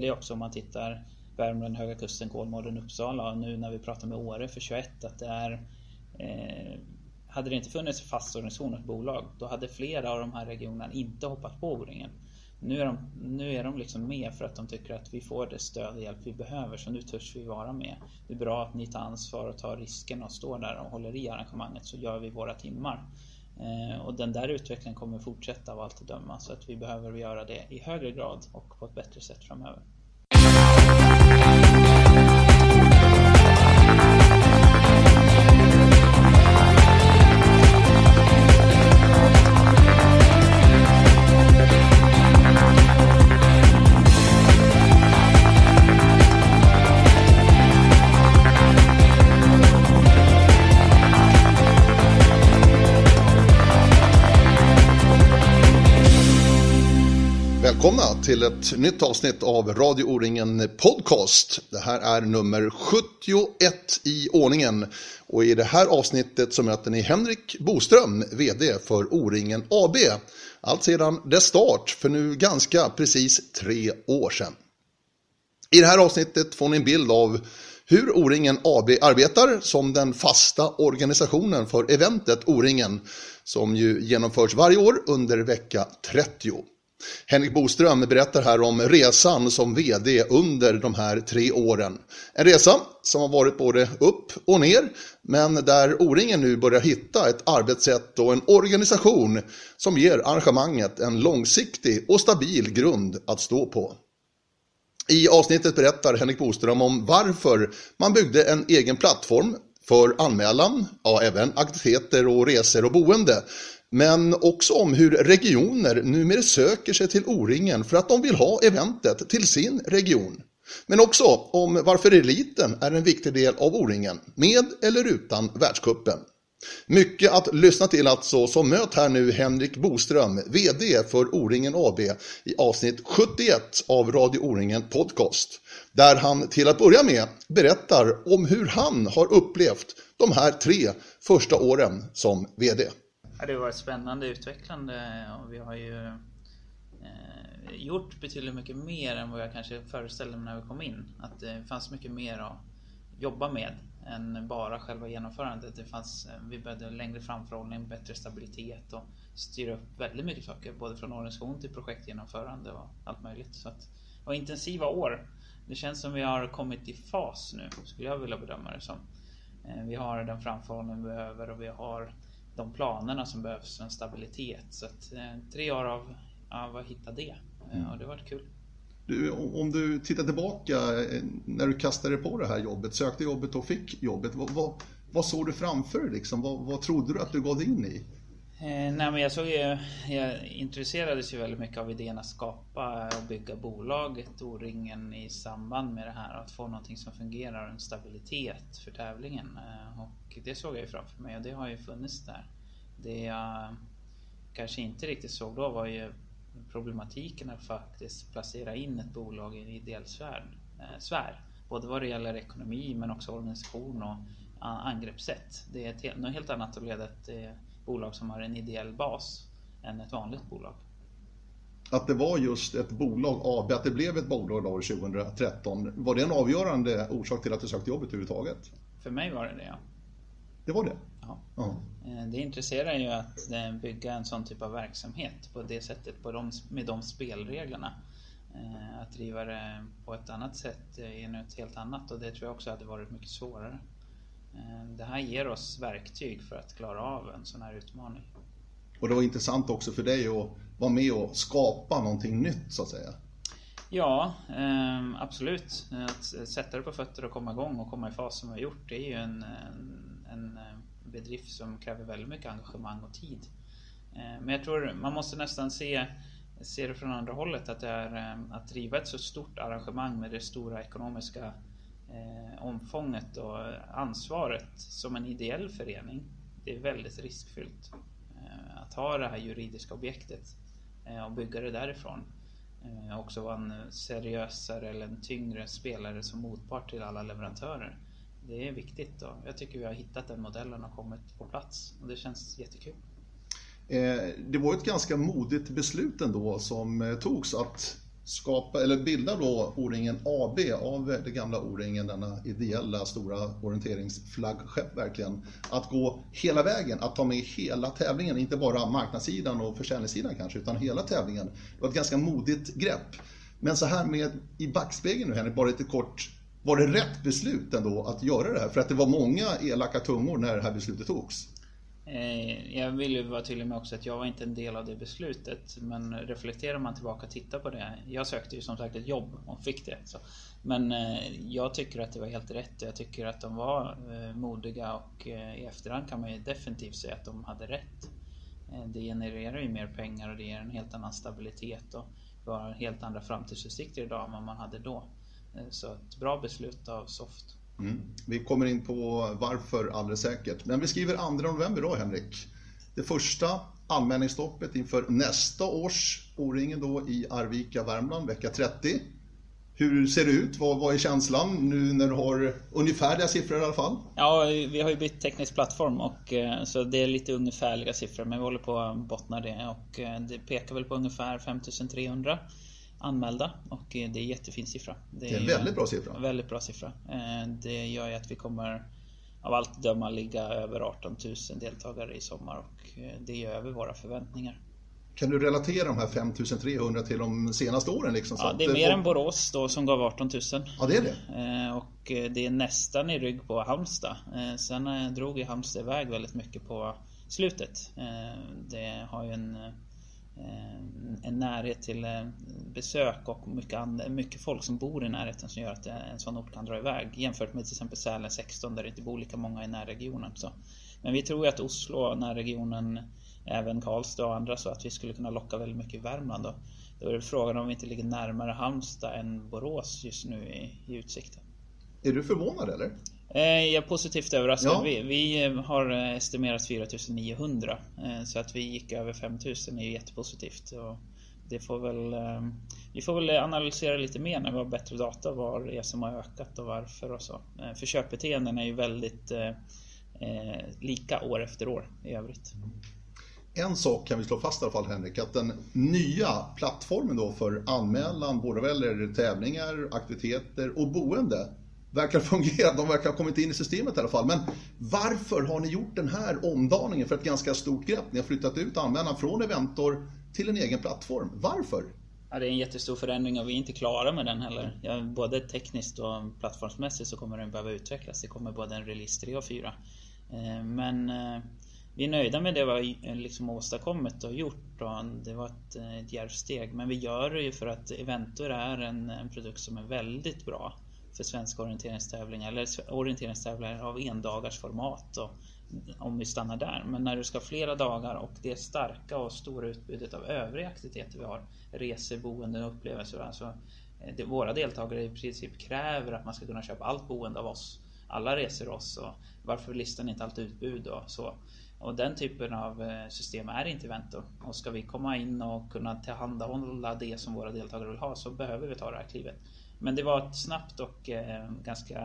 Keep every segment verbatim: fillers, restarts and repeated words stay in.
det också om man tittar Värmland, Höga Kusten, Kolmården, Uppsala och nu när vi pratar med Åre för tjugoett att det är eh, hade det inte funnits fast organisation och ett bolag, då hade flera av de här regionerna inte hoppat på O-ringen. Nu är de, nu är de liksom med för att de tycker att vi får det stöd och hjälp vi behöver, så nu törs vi vara med. Det är bra att ni tar ansvar och tar risken och står där och håller i arrangemanget, så gör vi våra timmar. Eh, och den där utvecklingen kommer fortsätta av allt att döma, så att vi behöver göra det i högre grad och på ett bättre sätt framöver. Välkomna till ett nytt avsnitt av Radio O-ringen podcast. Det här är nummer sjuttioett i ordningen. Och i det här avsnittet så möter ni Henrik Boström, vd för O-ringen A B. Allt sedan dess start för nu ganska precis tre år sedan. I det här avsnittet får ni en bild av hur O-ringen A B arbetar som den fasta organisationen för eventet O-ringen som ju genomförs varje år under vecka trettio. Henrik Boström berättar här om resan som vd under de här tre åren. En resa som har varit både upp och ner, men där O-ringen nu börjar hitta ett arbetssätt och en organisation som ger arrangemanget en långsiktig och stabil grund att stå på. I avsnittet berättar Henrik Boström om varför man byggde en egen plattform för anmälan, ja, även aktiviteter och resor och boende. Men också om hur regioner numera söker sig till O-ringen för att de vill ha eventet till sin region. Men också om varför eliten är en viktig del av O-ringen, med eller utan världscupen. Mycket att lyssna till alltså, så möt här nu Henrik Boström, vd för O-ringen A B i avsnitt sjuttioett av Radio O-ringen podcast. Där han till att börja med berättar om hur han har upplevt de här tre första åren som vd. Ja, det har varit spännande, utvecklande och vi har ju eh, gjort betydligt mycket mer än vad jag kanske föreställde mig när vi kom in. Att det fanns mycket mer att jobba med än bara själva genomförandet. Det fanns, vi behövde längre framförhållning, bättre stabilitet och styra upp väldigt mycket saker. Både från organisation till projektgenomförande och allt möjligt. Så att det var intensiva år. Det känns som vi har kommit i fas nu, skulle jag vilja bedöma det som. Eh, vi har den framförhållning vi behöver och vi har de planerna som behövs för en stabilitet. Så att, eh, tre år av, av att hitta det. Eh, och det har varit kul. Du, om du tittar tillbaka när du kastade på det här jobbet, sökte jobbet och fick jobbet, vad, vad, vad såg du framför dig? Liksom? Vad, vad trodde du att du gav dig in i? Eh, nej, men jag, såg ju, jag intresserades ju väldigt mycket av idén att skapa och bygga bolaget O-ringen i samband med det här. Att få någonting som fungerar och en stabilitet för tävlingen. Eh, och det såg jag ju framför mig och det har ju funnits där. Det jag kanske inte riktigt såg då var ju problematiken att faktiskt placera in ett bolag i en ideell sfär. Eh, sfär. Både vad det gäller ekonomi men också organisation och angreppssätt. Det är ett, något helt annat att leda ett eh, bolag som har en ideell bas än ett vanligt bolag. Att det var just ett bolag A B, att det blev ett bolag år tjugohundratretton, var det en avgörande orsak till att du sökte jobbet överhuvudtaget? För mig var det det, ja. Det var det? Ja. Uh-huh. Det intresserar ju att bygga en sån typ av verksamhet på det sättet, på de, med de spelreglerna. Att driva det på ett annat sätt är något helt annat och det tror jag också hade varit mycket svårare. Det här ger oss verktyg för att klara av en sån här utmaning. Och det var intressant också för dig att vara med och skapa någonting nytt så att säga. Ja, absolut. Att sätta det på fötter och komma igång och komma i fas som vi har gjort, det är ju en, en, en bedrift som kräver väldigt mycket engagemang och tid. Men jag tror man måste nästan se, se det från andra hållet, att det är att driva ett så stort arrangemang med det stora ekonomiska Eh, omfånget och ansvaret som en ideell förening. Det är väldigt riskfyllt eh, att ha det här juridiska objektet eh, och bygga det därifrån. Eh, också vara en seriösare eller en tyngre spelare som motpart till alla leverantörer. Det är viktigt och jag tycker vi har hittat den modellen och kommit på plats och det känns jättekul. Eh, det var ett ganska modigt beslut ändå som eh, togs att skapa, eller bilda då O-ringen A B av det gamla O-ringen, denna ideella stora orienteringsflaggskepp verkligen, att gå hela vägen, att ta med hela tävlingen, inte bara marknadssidan och försäljningssidan kanske, utan hela tävlingen. Det var ett ganska modigt grepp. Men så här med i backspegeln nu, Henrik, bara lite kort, var det rätt beslut ändå att göra det här? För att det var många elaka tungor när det här beslutet togs. Jag vill ju vara tydlig med också att jag var inte en del av det beslutet. Men reflekterar man tillbaka och tittar på det. Jag sökte ju som sagt ett jobb och fick det. Så. Men jag tycker att det var helt rätt. Jag tycker att de var modiga och i efterhand kan man ju definitivt säga att de hade rätt. Det genererar ju mer pengar och det ger en helt annan stabilitet. Och vi har helt andra framtidsutsikter idag än vad man hade då. Så ett bra beslut av Soft. Mm. Vi kommer in på varför alldeles säkert. Men vi skriver andra november då, Henrik. Det första anmälningsstoppet inför nästa års O-ringen då i Arvika, Värmland, vecka trettio. Hur ser det ut? Vad, vad är känslan nu när du har ungefärliga siffror i alla fall? Ja, vi har ju bytt teknisk plattform och så det är lite ungefärliga siffror, men vi håller på att bottna det och det pekar väl på ungefär fem tusen trehundra anmälda och det är en jättefin siffra. Det är, det är en väldigt bra siffra. Väldigt bra siffra. Det gör ju att vi kommer av allt döma ligga över arton tusen deltagare i sommar och det är över våra förväntningar. Kan du relatera de här fem tusen trehundra till de senaste åren? Liksom, ja, så det är att, mer får... än Borås då som gav arton tusen. Ja, det är det. Och det är nästan i rygg på Halmstad. Sen drog ju Halmstad iväg väldigt mycket på slutet. Det har ju en, en närhet till besök och mycket, mycket folk som bor i närheten som gör att en sån ort kan dra iväg. Jämfört med till exempel Sälen sexton där det inte bor lika många i närregionen. Så. Men vi tror ju att Oslo, närregionen, även Karlstad och andra, så att vi skulle kunna locka väldigt mycket i Värmland då. Då är det frågan om vi inte ligger närmare Halmstad än Borås just nu i, i utsikten. Är du förvånad eller? Jag är positivt överraskad. Ja. Vi, vi har estimerat fyra tusen niohundra så att vi gick över fem tusen är ju jättepositivt. Och det får väl, vi får väl analysera lite mer när vi har bättre data var det är som har ökat och varför och så. För köpbeteenden är ju väldigt eh, lika år efter år i övrigt. En sak kan vi slå fast i alla fall, Henrik, att den nya plattformen då för anmälan, både vad gäller tävlingar, aktiviteter och boende verkar fungera. De verkar ha kommit in i systemet i alla fall. Men varför har ni gjort den här omdaningen för ett ganska stort grepp? Ni har flyttat ut anmälan från Eventor till en egen plattform. Varför? Ja, det är en jättestor förändring och vi är inte klara med den heller. Ja, både tekniskt och plattformsmässigt så kommer den behöva utvecklas. Det kommer både en release tre och fyra. Men vi är nöjda med det vi har liksom åstadkommit och gjort. Och det var ett, ett djärvsteg. Men vi gör det ju för att Eventor är en, en produkt som är väldigt bra för svenska orienteringstävlingar. Eller orienteringstävlingar av endagars format. Och, om vi stannar där. Men när du ska ha flera dagar och det starka och stora utbudet av övriga aktiviteter vi har. Resor, boenden och upplevelser. Alltså, det, våra deltagare i princip kräver att man ska kunna köpa allt boende av oss. Alla resor oss. Och varför listar inte allt utbud och så. Och den typen av system är inte Eventor. Och ska vi komma in och kunna tillhandahålla det som våra deltagare vill ha så behöver vi ta det här klivet. Men det var ett snabbt och eh, ganska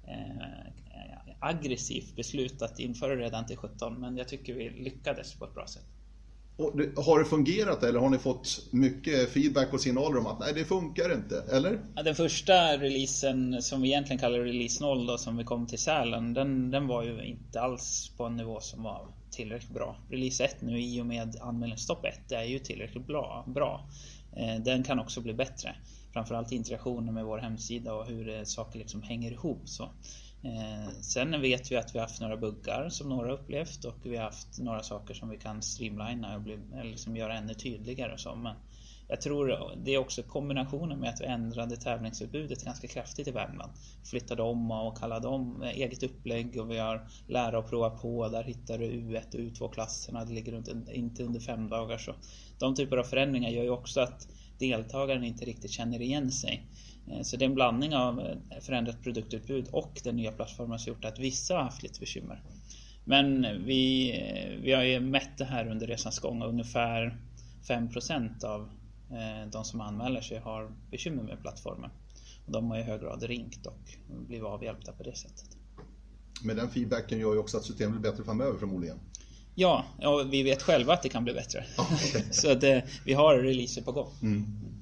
eh, aggressivt beslut att införa redan till sjutton. Men jag tycker vi lyckades på ett bra sätt. Och har det fungerat eller har ni fått mycket feedback och signaler om att nej, det funkar inte, eller? Ja, den första releasen som vi egentligen kallar release noll då, som vi kom till Sälen, den, den var ju inte alls på en nivå som var tillräckligt bra. Release ett nu i och med anmälningsstopp ett är ju tillräckligt bra. bra. Den kan också bli bättre. Framförallt interaktionen med vår hemsida och hur saker liksom hänger ihop. Så. Eh, sen vet vi att vi har haft några buggar som några upplevt och vi har haft några saker som vi kan streamlina och bli, eller liksom göra ännu tydligare. Och så. Men jag tror det är också kombinationen med att vi ändrade tävlingsutbudet ganska kraftigt i Värmland. Flyttade om och kallade om eget upplägg och vi har lära och prova på. Där hittar du U ett och U två-klasserna. Det ligger runt, inte under fem dagar. Så de typer av förändringar gör ju också att deltagaren inte riktigt känner igen sig. Så det är en blandning av förändrat produktutbud och den nya plattformen som gjort att vissa har haft lite bekymmer. Men vi, vi har ju mätt det här under resans gång och ungefär fem procent av de som anmäler sig har bekymmer med plattformen. Och de har i hög grad ringt och blivit avhjälpta på det sättet. Men den feedbacken gör ju också att systemet blir bättre framöver förmodligen. Ja, och vi vet själva att det kan bli bättre. Oh, okay. Så det, vi har releaser på gång. Mm.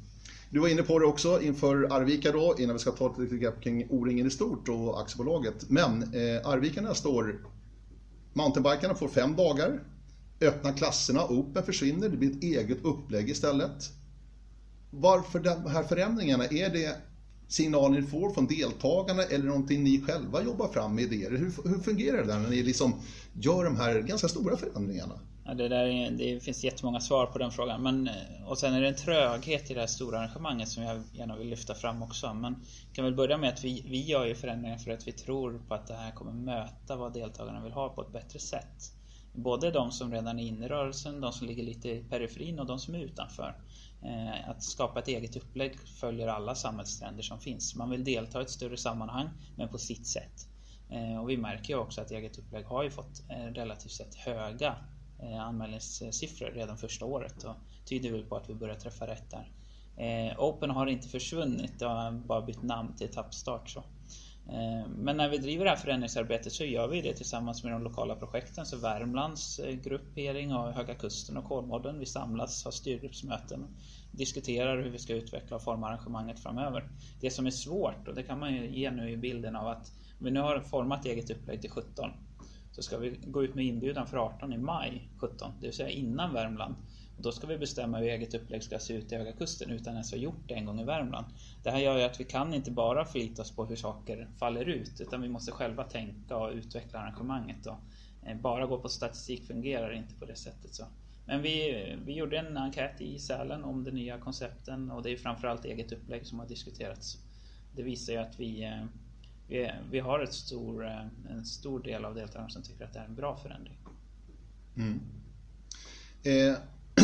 Du var inne på det också inför Arvika då, innan vi ska ta ett litet grepp kring O-ringen i stort och aktiebolaget. Men eh, Arvika nästa år, mountainbikarna får fem dagar, öppna klasserna, Open försvinner, det blir ett eget upplägg istället. Varför de här förändringarna? Är det signaler ni får från deltagarna eller någonting ni själva jobbar fram med idéer? Hur, hur fungerar det där när ni liksom gör de här ganska stora förändringarna? Ja, det, där är, det finns jättemånga svar på den frågan. Men, och sen är det en tröghet i det här stora arrangemanget som jag gärna vill lyfta fram också. Men kan väl börja med att vi, vi gör ju förändringar för att vi tror på att det här kommer möta vad deltagarna vill ha på ett bättre sätt. Både de som redan är inne i rörelsen, de som ligger lite i periferin och de som är utanför. Att skapa ett eget upplägg följer alla samhällstrender som finns. Man vill delta i ett större sammanhang men på sitt sätt. Och vi märker ju också att eget upplägg har ju fått relativt sett höga anmälningssiffror redan första året och tyder väl på att vi börjar träffa rätt där. Open har inte försvunnit, det har bara bytt namn till Etappstart så. Men när vi driver det här förändringsarbetet så gör vi det tillsammans med de lokala projekten. Så Värmlands gruppering och Höga Kusten och Kolmården. Vi samlas, har styrgruppsmöten och diskuterar hur vi ska utveckla och forma arrangemanget framöver. Det som är svårt, och det kan man ju ge nu i bilden av att vi nu har format eget upplägg till sjutton. Så ska vi gå ut med inbjudan för arton i maj sjutton, det vill säga innan Värmland. Och då ska vi bestämma hur eget upplägg ska se ut i Höga Kusten utan ens ha gjort det en gång i Värmland. Det här gör ju att vi kan inte bara förlita oss på hur saker faller ut, utan vi måste själva tänka och utveckla arrangemanget. Och bara gå på statistik fungerar inte på det sättet. Så. Men vi, vi gjorde en enkät i Sälen om de nya koncepten och det är framförallt eget upplägg som har diskuterats. Det visar ju att vi, vi, vi har ett stor, en stor del av deltagarna som tycker att det är en bra förändring. Mm. Eh.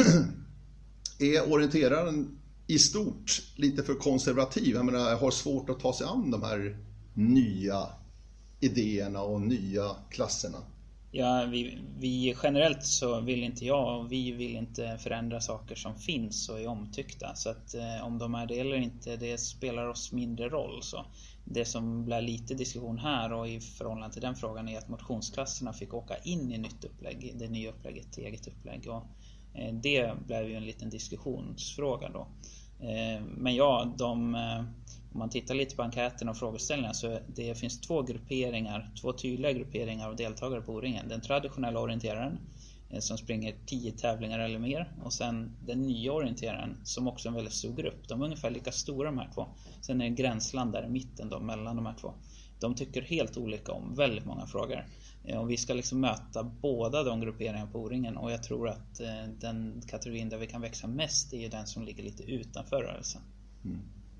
Är orienteraren i stort lite för konservativ? Jag menar, har svårt att ta sig an de här nya idéerna och nya klasserna? Ja, vi, vi generellt så vill inte jag och vi vill inte förändra saker som finns och är omtyckta. Så att eh, om de är det eller inte, det spelar oss mindre roll. Så det som blir lite diskussion här och i förhållande till den frågan är att motionsklasserna fick åka in i nytt upplägg, det nya upplägget till eget upplägg. Och eh, det blev ju en liten diskussionsfråga då. Eh, men ja, de... Eh, om man tittar lite på enkäten och frågeställningar så det finns två grupperingar, två tydliga grupperingar av deltagare på O-ringen. Den traditionella orienteraren som springer tio tävlingar eller mer och sen den nya orienteraren som också är en väldigt stor grupp. De är ungefär lika stora de här två. Sen är det gränsland där i mitten då, mellan de här två. De tycker helt olika om väldigt många frågor. Och vi ska liksom möta båda de grupperingarna på O-ringen och jag tror att den kategorin där vi kan växa mest är ju den som ligger lite utanför rörelsen. Mm.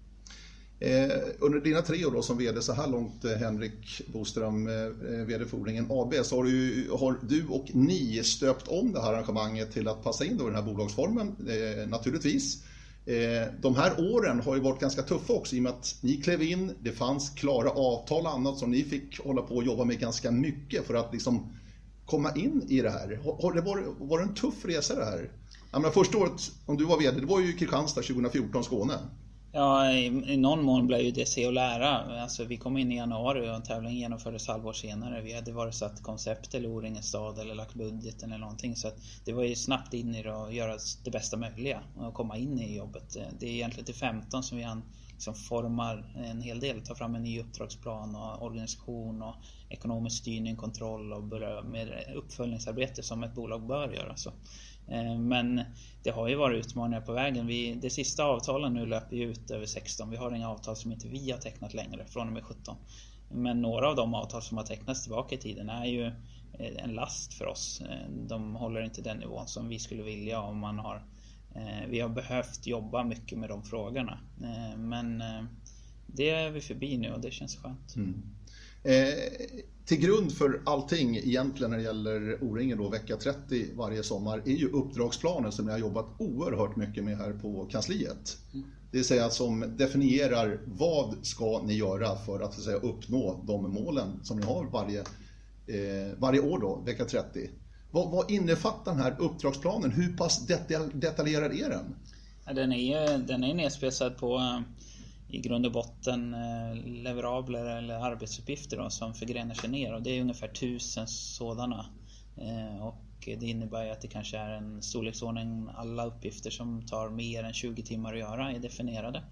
Eh, under dina tre år då som vd så här långt, Henrik Boström, eh, vd för O-ringen A B, så har du, har du och ni stöpt om det här arrangemanget till att passa in då i den här bolagsformen, eh, naturligtvis. Eh, de här åren har ju varit ganska tuffa också i och med att ni klev in, det fanns klara avtal och annat som ni fick hålla på och jobba med ganska mycket för att liksom komma in i det här. Har, har det varit, var det en tuff resa det här? Jag menar, första året, om du var vd, det var ju Kristianstad tjugo fjorton, Skåne. Ja, i, i någon mån blev ju det se och lära. Alltså, vi kom in i januari och tävlingen genomfördes halvår senare. Vi hade varit satt koncept eller O-ringen stad eller lagt budgeten eller någonting. Så att det var ju snabbt in i det och göra det bästa möjliga och komma in i jobbet. Det är egentligen till femton som vi han liksom formar en hel del. Ta fram en ny uppdragsplan och organisation och ekonomisk styrning, kontroll och börja med uppföljningsarbete som ett bolag bör göra. Så. Men det har ju varit utmaningar på vägen. Vi, det sista avtalen nu löper ju ut över sexton. Vi har inga avtal som inte vi har tecknat längre från och med sjutton. Men några av de avtal som har tecknats tillbaka i tiden är ju en last för oss. De håller inte den nivån som vi skulle vilja om man har... Vi har behövt jobba mycket med de frågorna. Men det är vi förbi nu och det känns skönt. Mm. Eh, till grund för allting egentligen när det gäller O-ringen då, vecka trettio varje sommar, är ju uppdragsplanen som jag har jobbat oerhört mycket med här på kansliet. Mm. Det vill säga som definierar vad ska ni göra för att, för att säga, uppnå de målen som ni har varje, eh, varje år då, vecka trettio. Vad, vad innefattar den här uppdragsplanen? Hur pass detal- detaljerad är den? Ja, den är, den är nedspesad på i grund och botten leverabler eller arbetsuppgifter då, som förgrenar sig ner och det är ungefär tusen sådana. Och det innebär att det kanske är en storleksordning, alla uppgifter som tar mer än tjugo timmar att göra är definierade.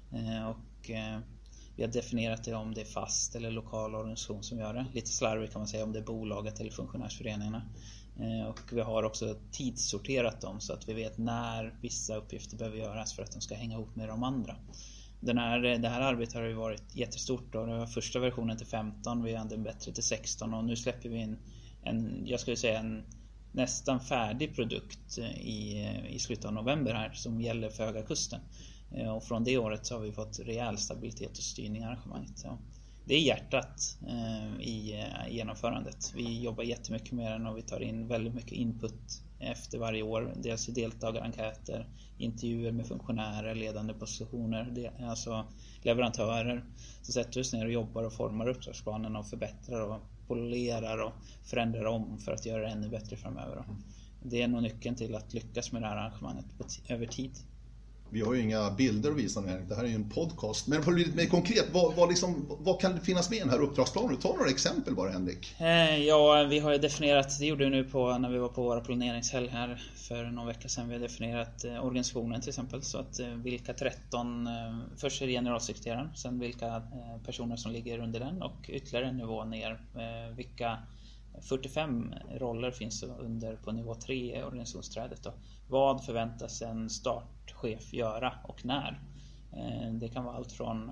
Och vi har definierat det om det är fast eller lokal organisation som gör det. Lite slarvigt kan man säga om det är bolaget eller funktionärsföreningarna. Och vi har också tidssorterat dem så att vi vet när vissa uppgifter behöver göras för att de ska hänga ihop med de andra. Den här, det här arbetet har ju varit jättestort då. Det var första versionen till femton, vi hade en bättre till sexton och nu släpper vi in en, jag skulle säga en nästan färdig produkt i, i slutet av november här som gäller för Höga Kusten. Och från det året så har vi fått rejäl stabilitet och styrning i arrangemanget. Så det är hjärtat eh, i genomförandet. Vi jobbar jättemycket med den och vi tar in väldigt mycket input efter varje år. Dels i deltagarenkäter, intervjuer med funktionärer, ledande positioner, alltså leverantörer. Så sätter vi oss ner och jobbar och formar uppdragsplanen och förbättrar och polerar och förändrar om för att göra det ännu bättre framöver. Det är nog nyckeln till att lyckas med det här arrangemanget över tid. Vi har ju inga bilder att visa nu, det här är ju en podcast. Men för att bli lite mer konkret, vad, vad, liksom, vad kan det finnas med i den här uppdragsplanen? Ta några exempel bara, Henrik. Eh, ja, vi har ju definierat, det gjorde vi nu på, när vi var på våra planeringshelg här för någon vecka sedan. Vi har definierat eh, organisationen till exempel. Så att eh, vilka tretton, eh, först är det generalsekreteraren, sen vilka eh, personer som ligger under den och ytterligare en nivå ner. Eh, vilka fyrtiofem roller finns under på nivå tre i organisationsträdet. Då. Vad förväntas en startchef göra och när? Det kan vara allt från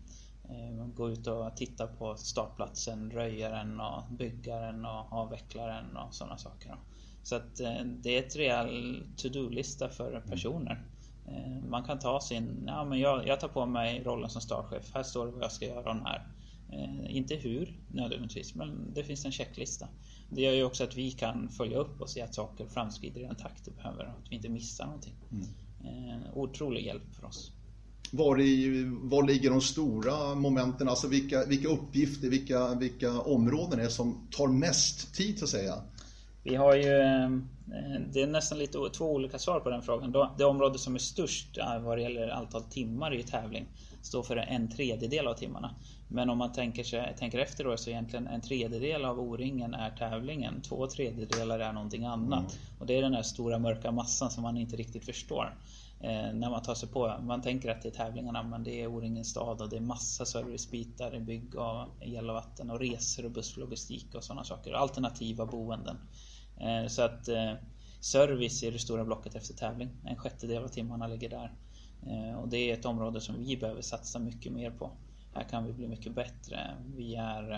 att gå ut och titta på startplatsen, röja den och bygga den och avveckla den och sådana saker. Så att det är ett rejäl to-do-lista för personer. Man kan ta sin, ja men jag, jag tar på mig rollen som startchef, här står det vad jag ska göra och när. Eh, inte hur nödvändigtvis, men det finns en checklista. Det gör ju också att vi kan följa upp och se att saker framskrider i den takt det behöver och att vi inte missar någonting. Mm. Eh, otrolig hjälp för oss. Var, i, var ligger de stora momenten, alltså vilka, vilka uppgifter, vilka, vilka områden är som tar mest tid så att säga? Vi har ju, det är nästan lite två olika svar på den frågan. Det område som är störst vad det gäller antal timmar i tävling står för en tredjedel av timmarna. Men om man tänker, sig, tänker efter då så egentligen en tredjedel av O-ringen är tävlingen. Två tredjedelar är någonting annat. Mm. Och det är den här stora mörka massan som man inte riktigt förstår. Eh, när man tar sig på, man tänker att det är tävlingarna, men det är O-ringens stad och det är massa servicebitar i bygg och el och vatten och resor och busslogistik och sådana saker. Alternativa boenden. Eh, så att eh, service är det stora blocket efter tävling. En sjättedel av timmarna ligger där. Eh, och det är ett område som vi behöver satsa mycket mer på. Här kan vi bli mycket bättre. Vi är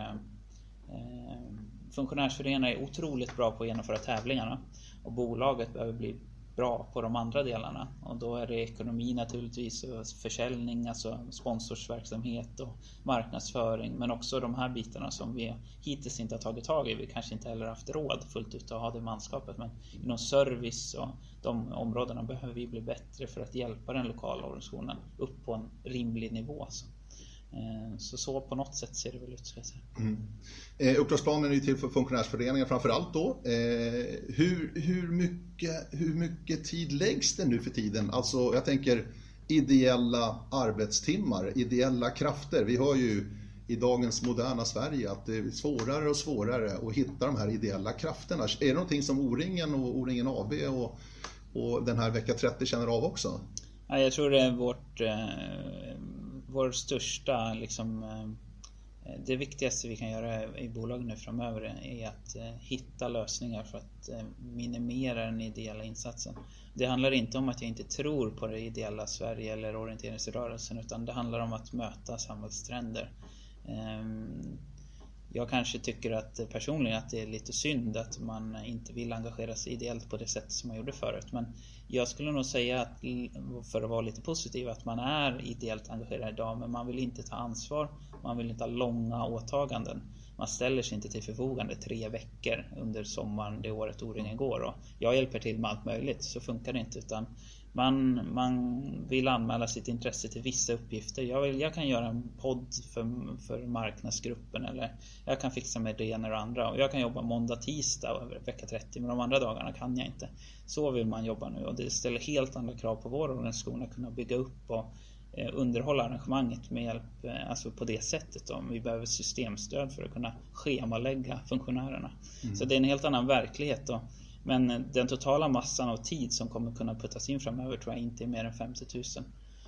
eh, funktionärsföreningar är otroligt bra på att genomföra tävlingarna och bolaget behöver bli bra på de andra delarna och då är det ekonomi naturligtvis och försäljning, alltså sponsorsverksamhet och marknadsföring, men också de här bitarna som vi hittills inte har tagit tag i. Vi kanske inte heller haft råd fullt ut att ha det manskapet, men inom service och de områdena behöver vi bli bättre för att hjälpa den lokala organisationen upp på en rimlig nivå. Så. Så, så på något sätt ser det väl ut, ska jag säga. Mm. Eh, uppdragsplanen är ju till för funktionärsföreningar framförallt då. Eh, hur, hur, mycket, hur mycket tid läggs det nu för tiden? Alltså jag tänker ideella arbetstimmar, ideella krafter. Vi hör ju i dagens moderna Sverige att det är svårare och svårare att hitta de här ideella krafterna. Är det någonting som O-ringen och O-ringen A B och, och den här vecka trettio känner av också? Ja, jag tror det är vårt... Eh... Vår största, liksom, det viktigaste vi kan göra i bolagen nu framöver är att hitta lösningar för att minimera den ideella insatsen. Det handlar inte om att jag inte tror på det ideella Sverige eller orienteringsrörelsen, utan det handlar om att möta samhällstrender. Jag kanske tycker att personligen att det är lite synd att man inte vill engagera sig ideellt på det sätt som man gjorde förut. Men jag skulle nog säga att, för att vara lite positiv, att man är ideellt engagerad idag, men man vill inte ta ansvar. Man vill inte ha långa åtaganden. Man ställer sig inte till förfogande tre veckor under sommaren det året O-ringen går. Och jag hjälper till med allt möjligt, så funkar det inte, utan Man, man vill anmäla sitt intresse till vissa uppgifter. Jag, vill, jag kan göra en podd för, för marknadsgruppen, eller jag kan fixa med det ena och andra. Och jag kan jobba måndag, tisdag över vecka trettio, men de andra dagarna kan jag inte. Så vill man jobba nu, och det ställer helt andra krav på vår organisation att kunna bygga upp och eh, underhålla arrangemanget med hjälp, eh, alltså på det sättet. Då. Vi behöver systemstöd för att kunna schemalägga funktionärerna. Mm. Så det är en helt annan verklighet då. Men den totala massan av tid som kommer kunna puttas in framöver tror jag inte är mer än femtio tusen.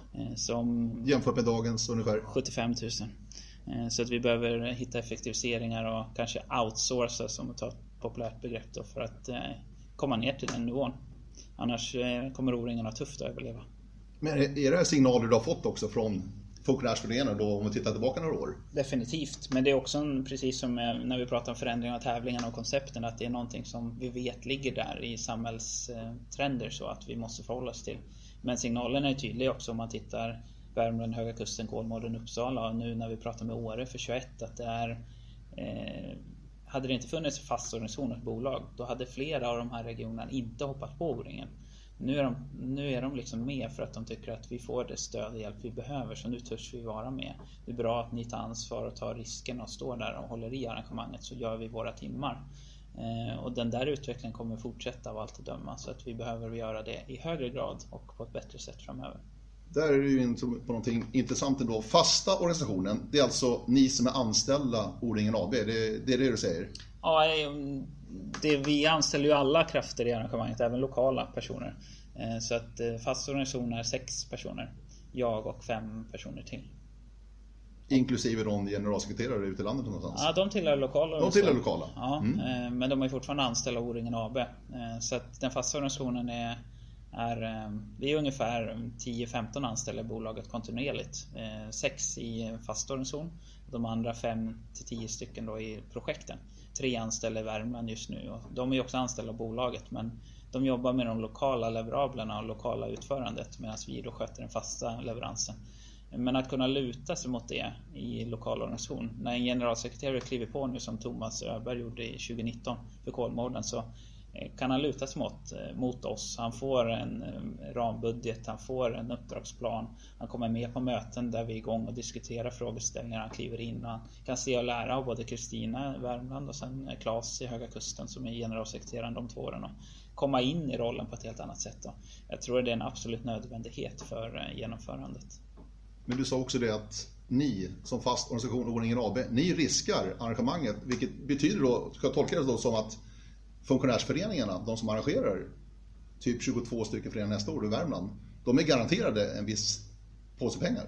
Som jämfört med dagens ungefär sjuttiofem tusen. Så att vi behöver hitta effektiviseringar och kanske outsourca, som att ta ett populärt begrepp då, för att komma ner till den nivån. Annars kommer O-ringen ha tufft att överleva. Men är det här signaler du har fått också från funktionärsföreningar då, om vi tittar tillbaka några år? Definitivt, men det är också en, precis som när vi pratar om förändring av tävlingarna och koncepten, att det är någonting som vi vet ligger där i samhällstrender, så att vi måste förhålla oss till. Men signalerna är tydliga också om man tittar Värmland, Höga Kusten, Kolmården, Uppsala, och nu när vi pratar med Åre för tjugoett, att det är eh, hade det inte funnits fast organisation och bolag, då hade flera av de här regionerna inte hoppat på O-ringen. Nu är, de, nu är de liksom med för att de tycker att vi får det stöd och hjälp vi behöver, så nu törs vi vara med. Det är bra att ni tar ansvar och tar risken och står där och håller i arrangemanget, så gör vi våra timmar. Eh, och den där utvecklingen kommer fortsätta av allt att döma, så att vi behöver göra det i högre grad och på ett bättre sätt framöver. Där är det ju på någonting intressant ändå. Fasta organisationen, det är alltså ni som är anställda O-ringen A B, det, det är det du säger? Ja, det, vi anställer ju alla krafter i arrangemanget, även lokala personer. Så att fast organisation är sex personer, jag och fem personer till. Inklusive de generalsekreterare ute i landet någonstans? Ja, de tillhör lokala. De tillhör lokala? Ja, mm. Men de är fortfarande anställda av O-ringen A B. Så att den fasta organisationen är, är vi är ungefär tio femton anställda i bolaget kontinuerligt. Sex i fast organisation, de andra fem till tio stycken då i projekten. Tre anställda i Värmland just nu, och de är också anställda av bolaget, men de jobbar med de lokala leverablerna och lokala utförandet, medan vi då sköter den fasta leveransen. Men att kunna luta sig mot det i lokal organisation. När en generalsekreterare kliver på nu, som Thomas Öberg gjorde i tjugonitton för Kolmården, så kan han luta sig mot, mot oss. Han får en rambudget, han får en uppdragsplan, han kommer med på möten där vi är igång och diskuterar frågeställningar. Han kliver in och han kan se och lära av både Kristina i Värmland och sen Claes i Höga Kusten som är generalsekreteraren de två åren, och komma in i rollen på ett helt annat sätt då. Jag tror det är en absolut nödvändighet för genomförandet. Men du sa också det att ni som fast organisation O-ringen A B, ni riskar arrangemanget, vilket betyder då, ska jag tolka det då som att funktionärsföreningarna, de som arrangerar typ tjugotvå stycken föreningar nästa år i Värmland, de är garanterade en viss påse pengar?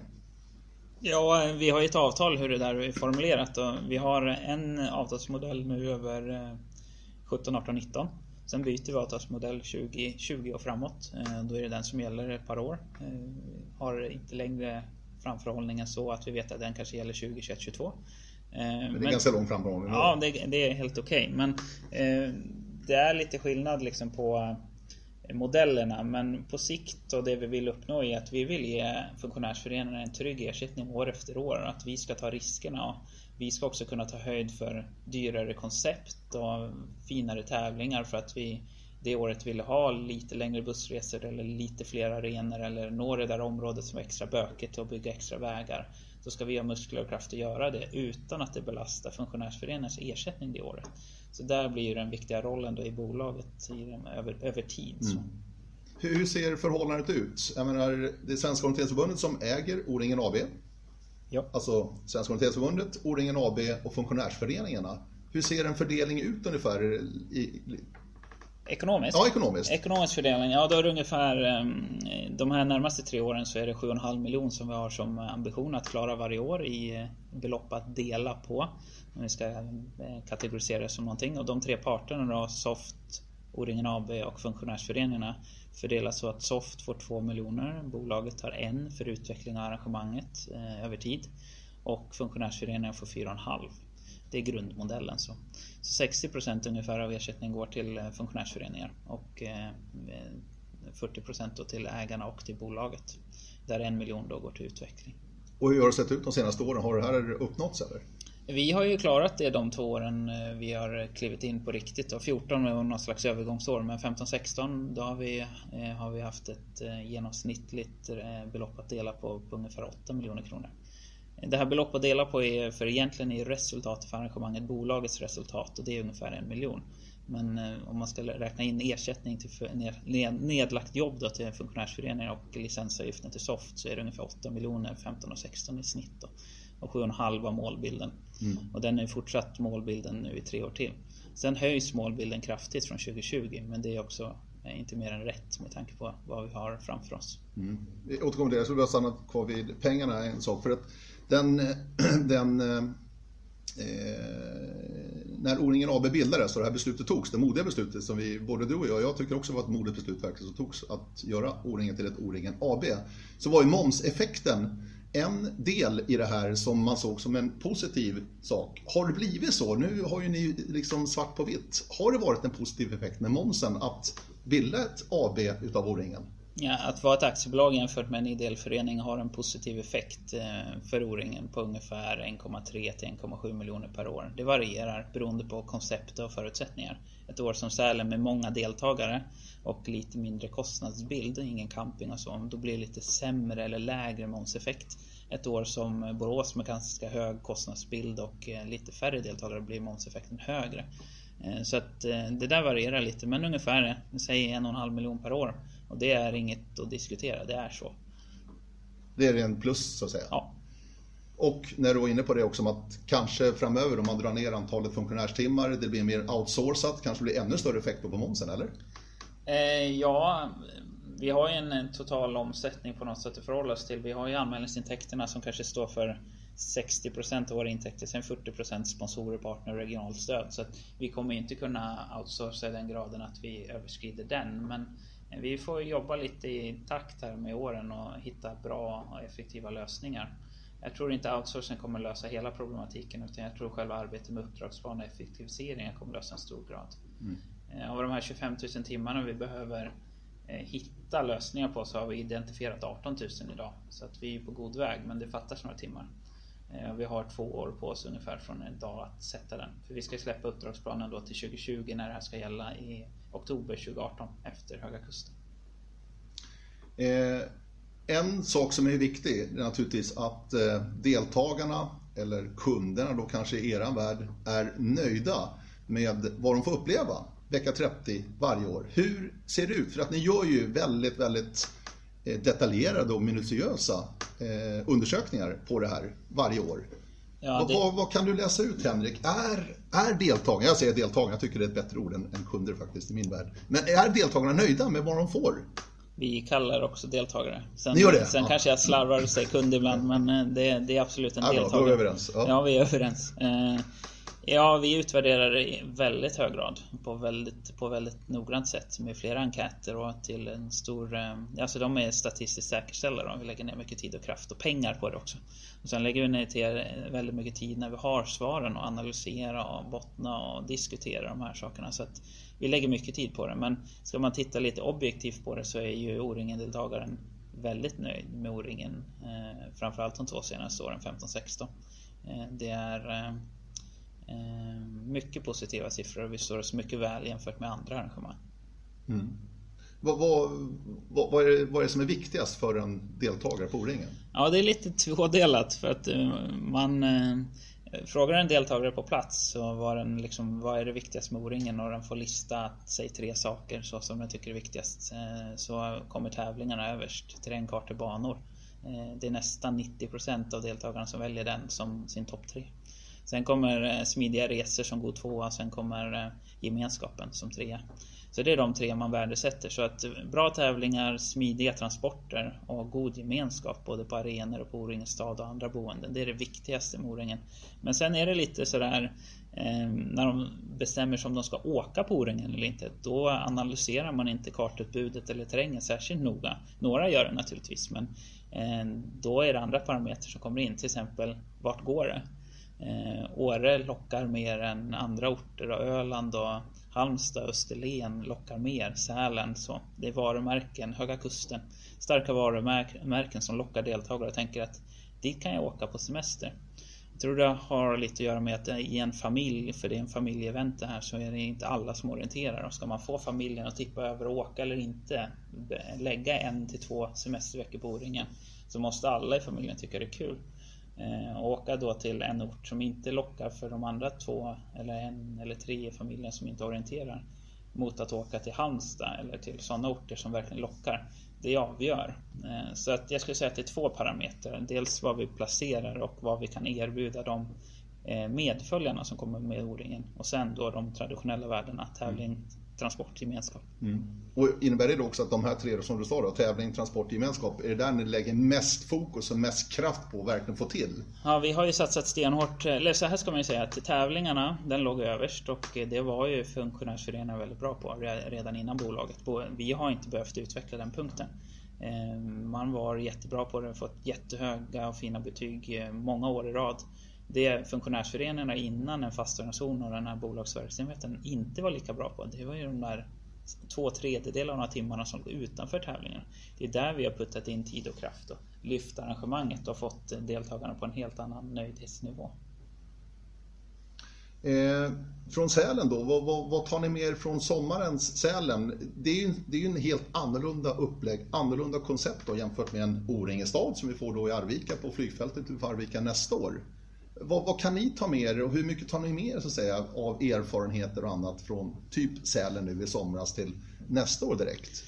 Ja, vi har ett avtal hur det där är formulerat, och vi har en avtalsmodell nu över sjutton, arton, nitton. Sen byter vi avtalsmodell tjugo tjugo och framåt. Då är det den som gäller ett par år. Har inte längre framförhållningen så att vi vet att den kanske gäller tjugo tjugoett tjugotvå. Men det är Men, ganska lång framförhållning. Ja, det, det är helt okej. Okay. Men eh, det är lite skillnad liksom på modellerna. Men på sikt, och det vi vill uppnå, är att vi vill ge funktionärsföreningarna en trygg ersättning år efter år. Att vi ska ta riskerna, och vi ska också kunna ta höjd för dyrare koncept och finare tävlingar, för att vi det året ville ha lite längre bussresor eller lite fler arenor, eller nå det där området som är extra bökigt och bygga extra vägar. Då ska vi ha muskler och kraft att göra det utan att det belastar funktionärsföreningens ersättning det året. Så där blir den viktiga rollen då i bolaget i den, över, över tid. Så. Mm. Hur ser förhållandet ut? Jag menar, det är Svenska Orienteringsförbundet som äger O-ringen A B. Ja. Alltså Svenska Orienteringsförbundet, O-ringen A B och funktionärsföreningarna. Hur ser en fördelning ut ungefär i... Ekonomiskt? Ja, ekonomiskt. Ekonomisk fördelning, ja då är det ungefär de här närmaste tre åren så är det sju komma fem miljoner som vi har som ambition att klara varje år i belopp att dela på. Om vi ska kategorisera det som någonting. Och de tre parterna då, Soft, O-ringen A B och funktionärsföreningarna, fördelas så att Soft får två miljoner, bolaget tar en för utveckling av arrangemanget eh, över tid, och funktionärsföreningarna får fyra komma fem. Det är grundmodellen. Så, så sextio procent ungefär av ersättningen går till funktionärsföreningar och eh, fyrtio procent då till ägarna och till bolaget. Där en miljon då går till utveckling. Och hur har det sett ut de senaste åren? Har det här uppnåtts eller? Vi har ju klarat det de två åren vi har klivit in på riktigt. Och fjorton var någon slags övergångsår, men femton sexton då har vi, eh, har vi haft ett eh, genomsnittligt eh, belopp att dela på, på ungefär åtta miljoner kronor. Det här beloppet att dela på är för egentligen är resultatet för arrangemanget bolagets resultat, och det är ungefär en miljon. Men eh, om man ska räkna in ersättning till för, ned, nedlagt jobb då till funktionärsföreningar och licensavgiften till Soft, så är det ungefär åtta miljoner femton och sexton i snitt då. Och sju komma fem var målbilden. Mm. Och den är fortsatt målbilden nu i tre år till. Sen höjs målbilden kraftigt från tjugo tjugo, men det är också inte mer än rätt med tanke på vad vi har framför oss. Mm. Vi återkommer till det, så vi har stannat kvar vid pengarna en sak. För att den, den eh, när O-ringen A B bildades och det här beslutet togs, det modiga beslutet som vi, både du och jag, jag tycker också var ett modigt beslut verkligen, som togs att göra O-ringen till ett O-ringen A B, så var ju momseffekten en del i det här som man såg som en positiv sak. Har det blivit så? Nu har ju ni liksom svart på vitt. Har det varit en positiv effekt med momsen att bilda ett A B utav O-ringen? Ja, att vara ett aktiebolag jämfört med en ideell förening har en positiv effekt för O-ringen på ungefär en komma tre till en komma sju miljoner per år. Det varierar beroende på koncept och förutsättningar. Ett år som Sälen med många deltagare och lite mindre kostnadsbild, ingen camping och så, då blir det lite sämre eller lägre momseffekt. Ett år som Borås med ganska hög kostnadsbild och lite färre deltagare blir momseffekten högre. Så att det där varierar lite, men ungefär säg en och en halv miljon per år. Och det är inget att diskutera, det är så. Det är en plus så att säga. Ja. Och när du var inne på det också, att kanske framöver om man drar ner antalet funktionärstimmar, det blir mer outsourcat, kanske blir ännu större effekt på momsen, eller? Eh, ja, vi har ju en total omsättning på något sätt att förhålla oss till. Vi har ju anmälningsintäkterna som kanske står för sextio procent av våra intäkter, sen fyrtio procent sponsorer, partner och regionalt stöd. Så att vi kommer inte kunna outsourca i den graden att vi överskrider den. Men vi får jobba lite i takt här med åren och hitta bra och effektiva lösningar. Jag tror inte outsourcing kommer lösa hela problematiken, utan jag tror själva arbetet med uppdragsplan och effektiviseringar kommer lösa en stor grad. Mm. Av de här tjugofem tusen timmarna vi behöver hitta lösningar på, så har vi identifierat arton tusen idag. Så att vi är på god väg, men det fattas några timmar. Vi har två år på oss ungefär från en dag att sätta den. För vi ska släppa uppdragsplanen då till tjugo tjugo när det här ska gälla i oktober tjugo arton efter Höga Kusten. Eh, en sak som är viktig är naturligtvis att eh, deltagarna eller kunderna då kanske i eran värld är nöjda med vad de får uppleva vecka trettio varje år. Hur ser det ut? För att ni gör ju väldigt, väldigt detaljerade och minutiösa eh, undersökningar på det här varje år. Ja, det... vad, vad kan du läsa ut, Henrik? Är, är deltagarna, jag säger deltagarna, jag tycker det är ett bättre ord än, än kunder faktiskt i min värld. Men är deltagarna nöjda med vad de får? Vi kallar också deltagare. Sen, Ni gör det? sen ja. kanske jag slarvar och säger kund ibland, men det, det är absolut en ja, deltagare. Då är vi överens. Ja, ja vi är överens. Eh, Ja, vi utvärderar i väldigt hög grad på väldigt, på väldigt noggrant sätt med flera enkäter och till en stor, alltså de är statistiskt säkerställda då. Vi lägger ner mycket tid och kraft och pengar på det också. Och sen lägger vi ner till väldigt mycket tid när vi har svaren och analysera och bottna och diskutera de här sakerna. Så att vi lägger mycket tid på det, men ska man titta lite objektivt på det så är ju O-ringen-deltagaren väldigt nöjd med O-ringen, eh, framförallt de två senaste åren, femton sexton. Eh, det är eh, mycket positiva siffror och vi står oss mycket väl jämfört med andra arrangemang. Mm. Vad, vad, vad, vad, är det, vad är det som är viktigast för en deltagare på O-ringen? Ja, det är lite tvådelat, för att man eh, frågar en deltagare på plats så var den liksom, vad är det viktigaste med O-ringen, och den får lista sig tre saker så som den tycker är viktigast. Eh, så kommer tävlingarna överst, terrängkartor, banor. Eh, det är nästan nittio procent av deltagarna som väljer den som sin topp tre. Sen kommer smidiga resor som god tvåa, sen kommer gemenskapen som trea. Så det är de tre man värdesätter. Så att bra tävlingar, smidiga transporter och god gemenskap både på arenor och på O-ringens stad och andra boenden. Det är det viktigaste med O-ringen. Men sen är det lite sådär, eh, när de bestämmer sig om de ska åka på O-ringen eller inte, då analyserar man inte kartutbudet eller terrängen särskilt noga. Några gör det naturligtvis, men eh, då är det andra parametrar som kommer in. Till exempel, vart går det? Eh, Åre lockar mer än andra orter, och Öland och Halmstad, Österlen lockar mer, Sälen, så det är varumärken, Höga Kusten, starka varumärken som lockar deltagare och tänker att dit kan jag åka på semester. Jag tror det har lite att göra med att i en familj, för det är en familjeevent det här, så är det inte alla som orienterar, och ska man få familjen att tippa över och åka eller inte, lägga en till två semesterveckor på O-ringen, så måste alla i familjen tycka det är kul. Och åka då till en ort som inte lockar för de andra två eller en eller tre i familjen som inte orienterar, mot att åka till Halmstad eller till sådana orter som verkligen lockar. Det avgör. Så att jag skulle säga att det är två parametrar. Dels vad vi placerar och vad vi kan erbjuda de medföljarna som kommer med O-ringen. Och sen då de traditionella värdena, tävling, transport, gemenskap. Mm. Och innebär det då också att de här tre som du sa då, tävling, transport, gemenskap, är det där ni lägger mest fokus och mest kraft på att verkligen få till? Ja, vi har ju satsat stenhårt, eller så här ska man ju säga, att tävlingarna, den låg överst och det var ju funktionärsföreningar väldigt bra på redan innan bolaget. Vi har inte behövt utveckla den punkten. Man var jättebra på det, fått jättehöga och fina betyg många år i rad. Det funktionärsföreningarna innan en fast organisation och den här bolagsverksamheten inte var lika bra på, det var ju de där två tredjedelar av timmarna som låg utanför tävlingarna. Det är där vi har puttat in tid och kraft och lyft arrangemanget och fått deltagarna på en helt annan nöjdhetsnivå. Eh, från Sälen då, vad, vad, vad tar ni med er från sommarens Sälen? Det är ju, det är ju en helt annorlunda upplägg, annorlunda koncept då, jämfört med en O-ringestad som vi får då i Arvika på flygfältet till Arvika nästa år. Vad, vad kan ni ta med er och hur mycket tar ni med er så att säga, av erfarenheter och annat från typ Sälen nu i somras till nästa år direkt?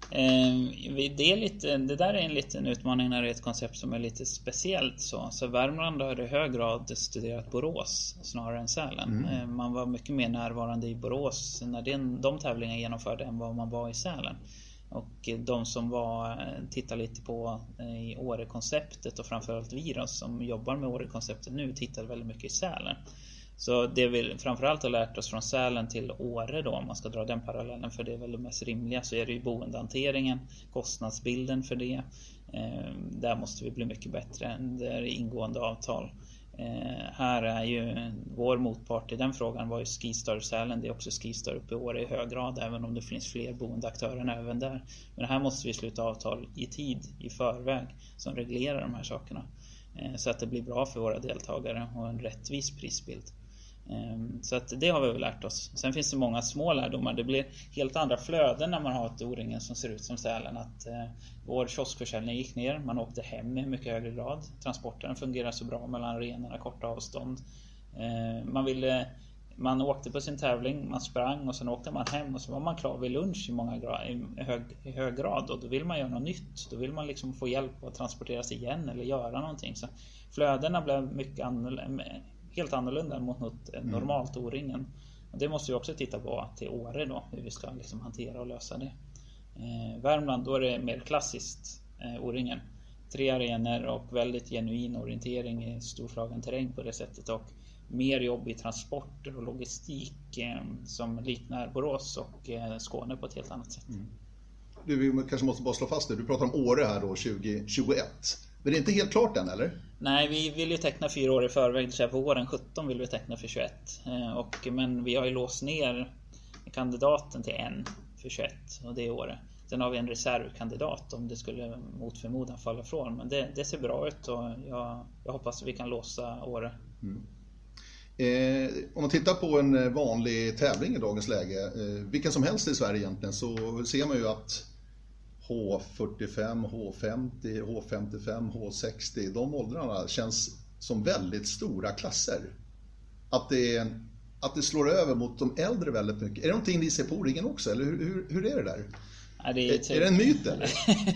Det, är lite, det där är en liten utmaning när det är ett koncept som är lite speciellt. Så, så Värmland har i hög grad studerat Borås snarare än Sälen. Mm. Man var mycket mer närvarande i Borås när den, de tävlingarna genomförde än vad man var i Sälen. Och de som var, tittar lite på i Åre-konceptet och framförallt vi då, som jobbar med Åre-konceptet nu, tittar väldigt mycket i Sälen. Så det vi framförallt har lärt oss från Sälen till Åre då, om man ska dra den parallellen, för det är väl det mest rimliga, så är det ju boendehanteringen, kostnadsbilden för det. Eh, där måste vi bli mycket bättre. Det är ingående avtal. Eh, här är ju vår motpart i den frågan var ju Skistar Sälen. Det är också Skistar uppe i Åre i hög grad, även om det finns fler boendeaktörer även där. Men här måste vi sluta avtal i tid, i förväg, som reglerar de här sakerna. Eh, så att det blir bra för våra deltagare och en rättvis prisbild. Så att det har vi väl lärt oss. Sen finns det många små lärdomar. Det blir helt andra flöden när man har ett O-ringen som ser ut som Sälen. Att eh, vår kioskförsäljning gick ner. Man åkte hem i mycket högre grad. Transporten fungerar så bra mellan arenorna, korta avstånd. Eh, man ville, man åkte på sin tävling, man sprang och sen åkte man hem och så var man klar vid lunch i, många grad, i, hög, i hög grad. Och då vill man göra något nytt. Då vill man liksom få hjälp att transportera sig igen eller göra någonting. Så flödena blev mycket annorlunda. Helt annorlunda mot något normalt O-ringen. Och det måste vi också titta på till Åre då, hur vi ska liksom hantera och lösa det. Eh, Värmland, då är det mer klassiskt eh, O-ringen. Tre arenor och väldigt genuin orientering i storslagen terräng på det sättet. Och mer jobb i transporter och logistik eh, som liknar Borås och eh, Skåne på ett helt annat sätt. Mm. Du, vi kanske måste bara slå fast det. Du pratar om Åre här då, tjugo tjugoett. Men det är inte helt klart än, eller? Nej, vi vill ju teckna fyra år i förväg. Det vill säga på våren sjutton vill vi teckna för tjugoett. Och, men vi har ju låst ner kandidaten till en för tjugoett. Och det är Åre. Sen har vi en reservkandidat om det skulle mot förmodan falla från. Men det, det ser bra ut och jag, jag hoppas att vi kan låsa Åre. Mm. Eh, om man tittar på en vanlig tävling i dagens läge, eh, vilken som helst i Sverige egentligen, så ser man ju att H fyrtiofem, H femtio, H femtiofem, H sextio, de åldrarna känns som väldigt stora klasser. Att det, att det slår över mot de äldre väldigt mycket. Är det någonting ni ser på O-ringen också, eller hur, hur, hur är det där? Ja, det är, typ... är det en myt eller?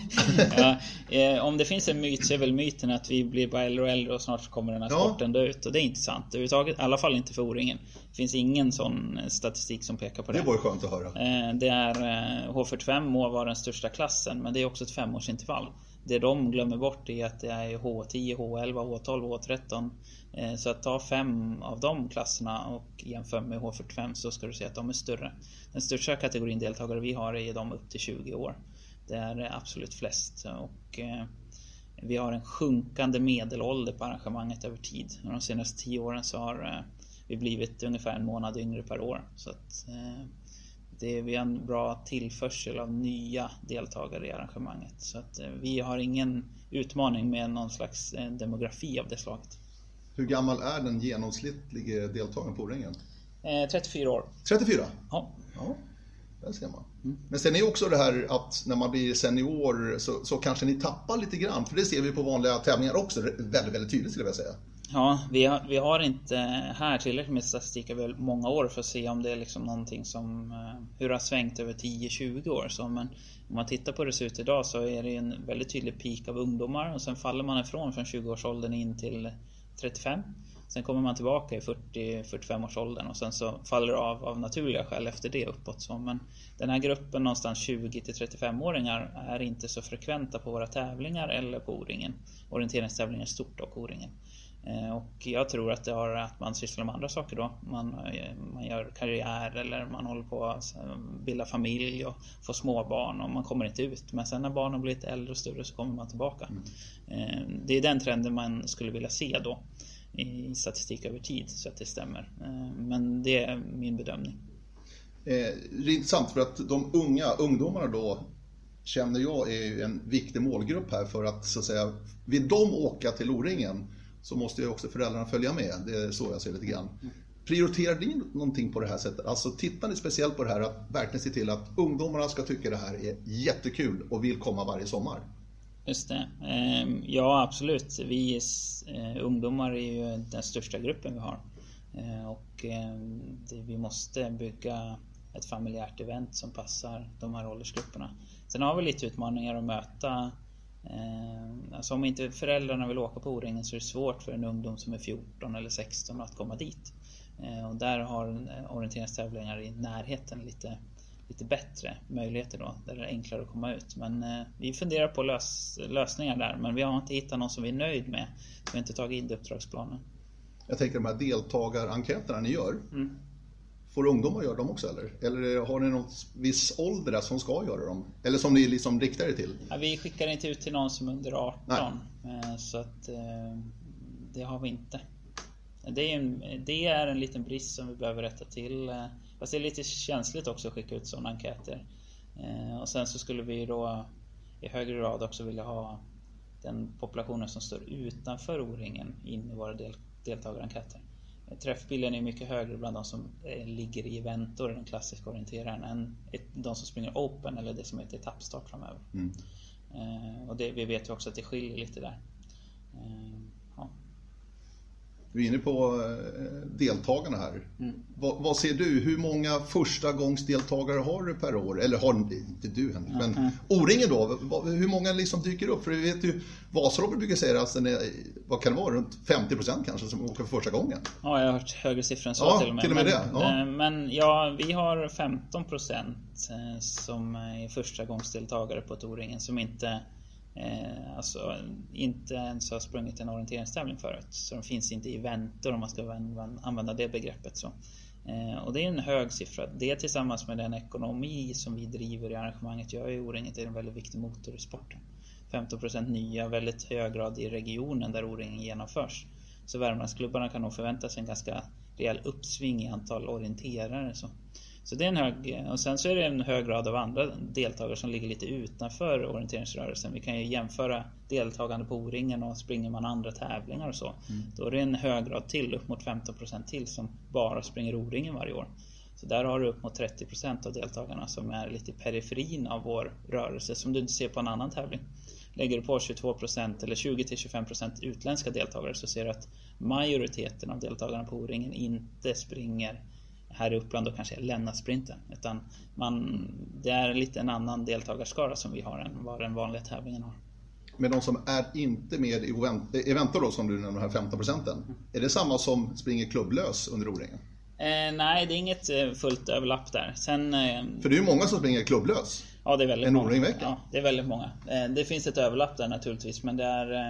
Ja, eh, om det finns en myt så är väl myten att vi blir bara äldre och äldre och snart kommer den här ja. sporten dö ut. Och det är inte sant överhuvudtaget, i alla fall inte för O-ringen. Det finns ingen sån statistik som pekar på det. Det var ju skönt att höra. Eh, det är eh, H fyrtiofem må vara den största klassen, men det är också ett femårsintervall. Det de glömmer bort är att det är H tio, H elva, H tolv, H tretton. Eh, så att ta fem av de klasserna och jämför med H fyrtiofem så ska du se att de är större. Den största kategorin deltagare vi har är de upp till tjugo år. Det är absolut flest och eh, vi har en sjunkande medelålder på arrangemanget över tid. De senaste tio åren så har eh, vi blivit ungefär en månad yngre per år. Så att eh, det är, vi har en bra tillförsel av nya deltagare i arrangemanget. Så att eh, vi har ingen utmaning med någon slags eh, demografi av det slaget. Hur gammal är den genomsnittliga deltagaren på O-ringen? Eh, trettiofyra år. trettiofyra? Ja. Ja, där ser man. Mm. Men sen är också det här att när man blir senior så, så kanske ni tappar lite grann. För det ser vi på vanliga tävlingar också väldigt, väldigt tydligt skulle jag säga. Ja, vi har, vi har inte här tillräckligt med statistik över många år för att se om det är liksom någonting som hur det har svängt över tio tjugo år. Så, men om man tittar på hur det ser ut idag så är det en väldigt tydlig peak av ungdomar och sen faller man ifrån från tjugo-årsåldern in till trettiofem. Sen kommer man tillbaka i fyrtio till fyrtiofem års åldern och sen så faller det av av naturliga skäl efter det uppåt. Så, men den här gruppen någonstans tjugo till trettiofem-åringar är inte så frekventa på våra tävlingar eller på O-ringen. Orienteringstävlingar är stort och O-ringen. Och jag tror att det har att man sysslar med andra saker då. Man, man gör karriär eller man håller på att bilda familj och få småbarn och man kommer inte ut. Men sen när barnen blir lite äldre och större så kommer man tillbaka. Mm. Det är den trenden man skulle vilja se då i statistik över tid så att det stämmer. Men det är min bedömning. Eh, intressant för att de unga ungdomarna då känner jag är en viktig målgrupp här för att så att säga vill de åka till O-ringen så måste ju också föräldrarna följa med. Det är så jag ser lite grann. Prioriterar ni någonting på det här sättet? Alltså tittar ni speciellt på det här att verkligen se till att ungdomarna ska tycka det här är jättekul och vill komma varje sommar? Just det. Ja, absolut. Vi ungdomar är ju den största gruppen vi har. Och vi måste bygga ett familjärt event som passar de här åldersgrupperna. Sen har vi lite utmaningar att möta. Alltså om inte föräldrarna vill åka på O-ringen så är det svårt för en ungdom som är fjorton eller sexton att komma dit. Och där har orienteringstävlingar i närheten lite, lite bättre möjligheter då. Där det är enklare att komma ut. Men vi funderar på lös, lösningar där. Men vi har inte hittat någon som vi är nöjd med. Vi har inte tagit in uppdragsplanen. Jag tänker de här deltagarenkäterna ni gör. Mm. Får ungdomar göra dem också eller? Eller har ni någon viss ålder som ska göra dem? Eller som ni liksom riktar er till? Ja, vi skickar inte ut till någon som är under arton. Nej. Så att det har vi inte. Det är, en, det är en liten brist som vi behöver rätta till. Fast det är lite känsligt också att skicka ut sådana enkäter. Och sen så skulle vi då i högre grad också vilja ha den populationen som står utanför O-ringen in i våra del, deltagarenkäter. Träffbilden är mycket högre bland de som ligger i eventor, den klassiska orienteraren, än de som springer open eller det som heter etappstart framöver. Mm. Och det, vi vet ju också att det skiljer lite där. Ja. Du är inne på deltagarna här. Mm. Vad, vad ser du? Hur många första gångs deltagare har du per år? Eller har inte du Henrik, mm. men O-ringen då? Hur många liksom dyker upp? För vi vet ju, Vasaloppet brukar säga att den är, vad kan det vara, runt femtio procent kanske som åker för första gången. Ja, jag har hört högre siffror än så ja, till och med. Till och med men, det. Ja. men ja, vi har femton procent som är första gångs deltagare på ett O-ringen som inte Eh, alltså inte ens har sprungit en orienteringstävling förut. Så de finns inte i eventor om man ska använda det begreppet så. Eh, och det är en hög siffra. Det tillsammans med den ekonomi som vi driver i arrangemanget gör ju O-ringen till en väldigt viktig motor i sporten. femton procent nya, väldigt hög grad i regionen där O-ringen genomförs. Så Värmlandsklubbarna kan nog förvänta sig en ganska rejäl uppsving i antal orienterare så. Så det är en hög, och sen så är det en hög grad av andra deltagare som ligger lite utanför orienteringsrörelsen. Vi kan ju jämföra deltagande på O-ringen och springer man andra tävlingar och så. Mm. Då är det en hög grad till, upp mot femton procent till som bara springer O-ringen varje år. Så där har du upp mot trettio procent av deltagarna som är lite i periferin av vår rörelse som du inte ser på en annan tävling. Lägger du på tjugotvå procent eller tjugo till tjugofem procent utländska deltagare så ser du att majoriteten av deltagarna på O-ringen inte springer här i Uppland och kanske lämna sprinten utan man, det är lite en annan deltagarskara som vi har än vad den vanliga tävlingen har. Men de som är inte med i eventor då som du nämner, de här femton procenten, mm. är det samma som springer klubblös under O-ringen? Eh, nej, det är inget fullt överlapp där. Sen, eh, För det är ju många som springer klubblös. Ja, det är väldigt en många. O-ringvecka. Ja, det är väldigt många. Eh, det finns ett överlapp där naturligtvis, men det är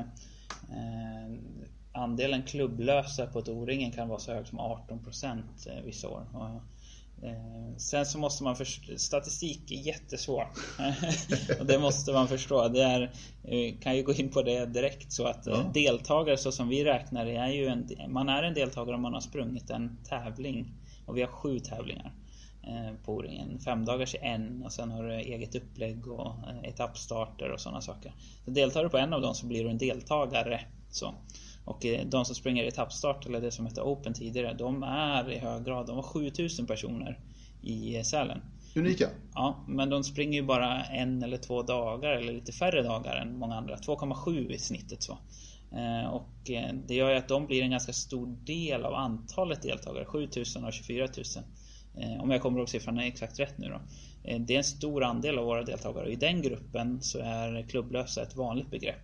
eh, andelen klubblösa på ett O-ringen kan vara så hög som arton procent vissa år. Och, eh, sen så måste man förstå, statistik är jättesvårt. Och det måste man förstå. Det är, kan ju gå in på det direkt så att ja. deltagare så som vi räknar det är ju en, man är en deltagare om man har sprungit en tävling. Och vi har sju tävlingar eh, på O-ringen. Fem dagars är en och sen har du eget upplägg och eh, etappstarter och sådana saker. Så deltar du på en av dem så blir du en deltagare. Så. Och de som springer i etappstart eller det som heter Open tidigare, de är i hög grad, de var sjutusen personer i Sälen. Unika? Ja, men de springer ju bara en eller två dagar eller lite färre dagar än många andra. två komma sju i snittet så. Och det gör ju att de blir en ganska stor del av antalet deltagare, sjutusen och tjugofyra tusen. Om jag kommer ihåg siffran är exakt rätt nu då. Det är en stor andel av våra deltagare och i den gruppen så är klubblösa ett vanligt begrepp.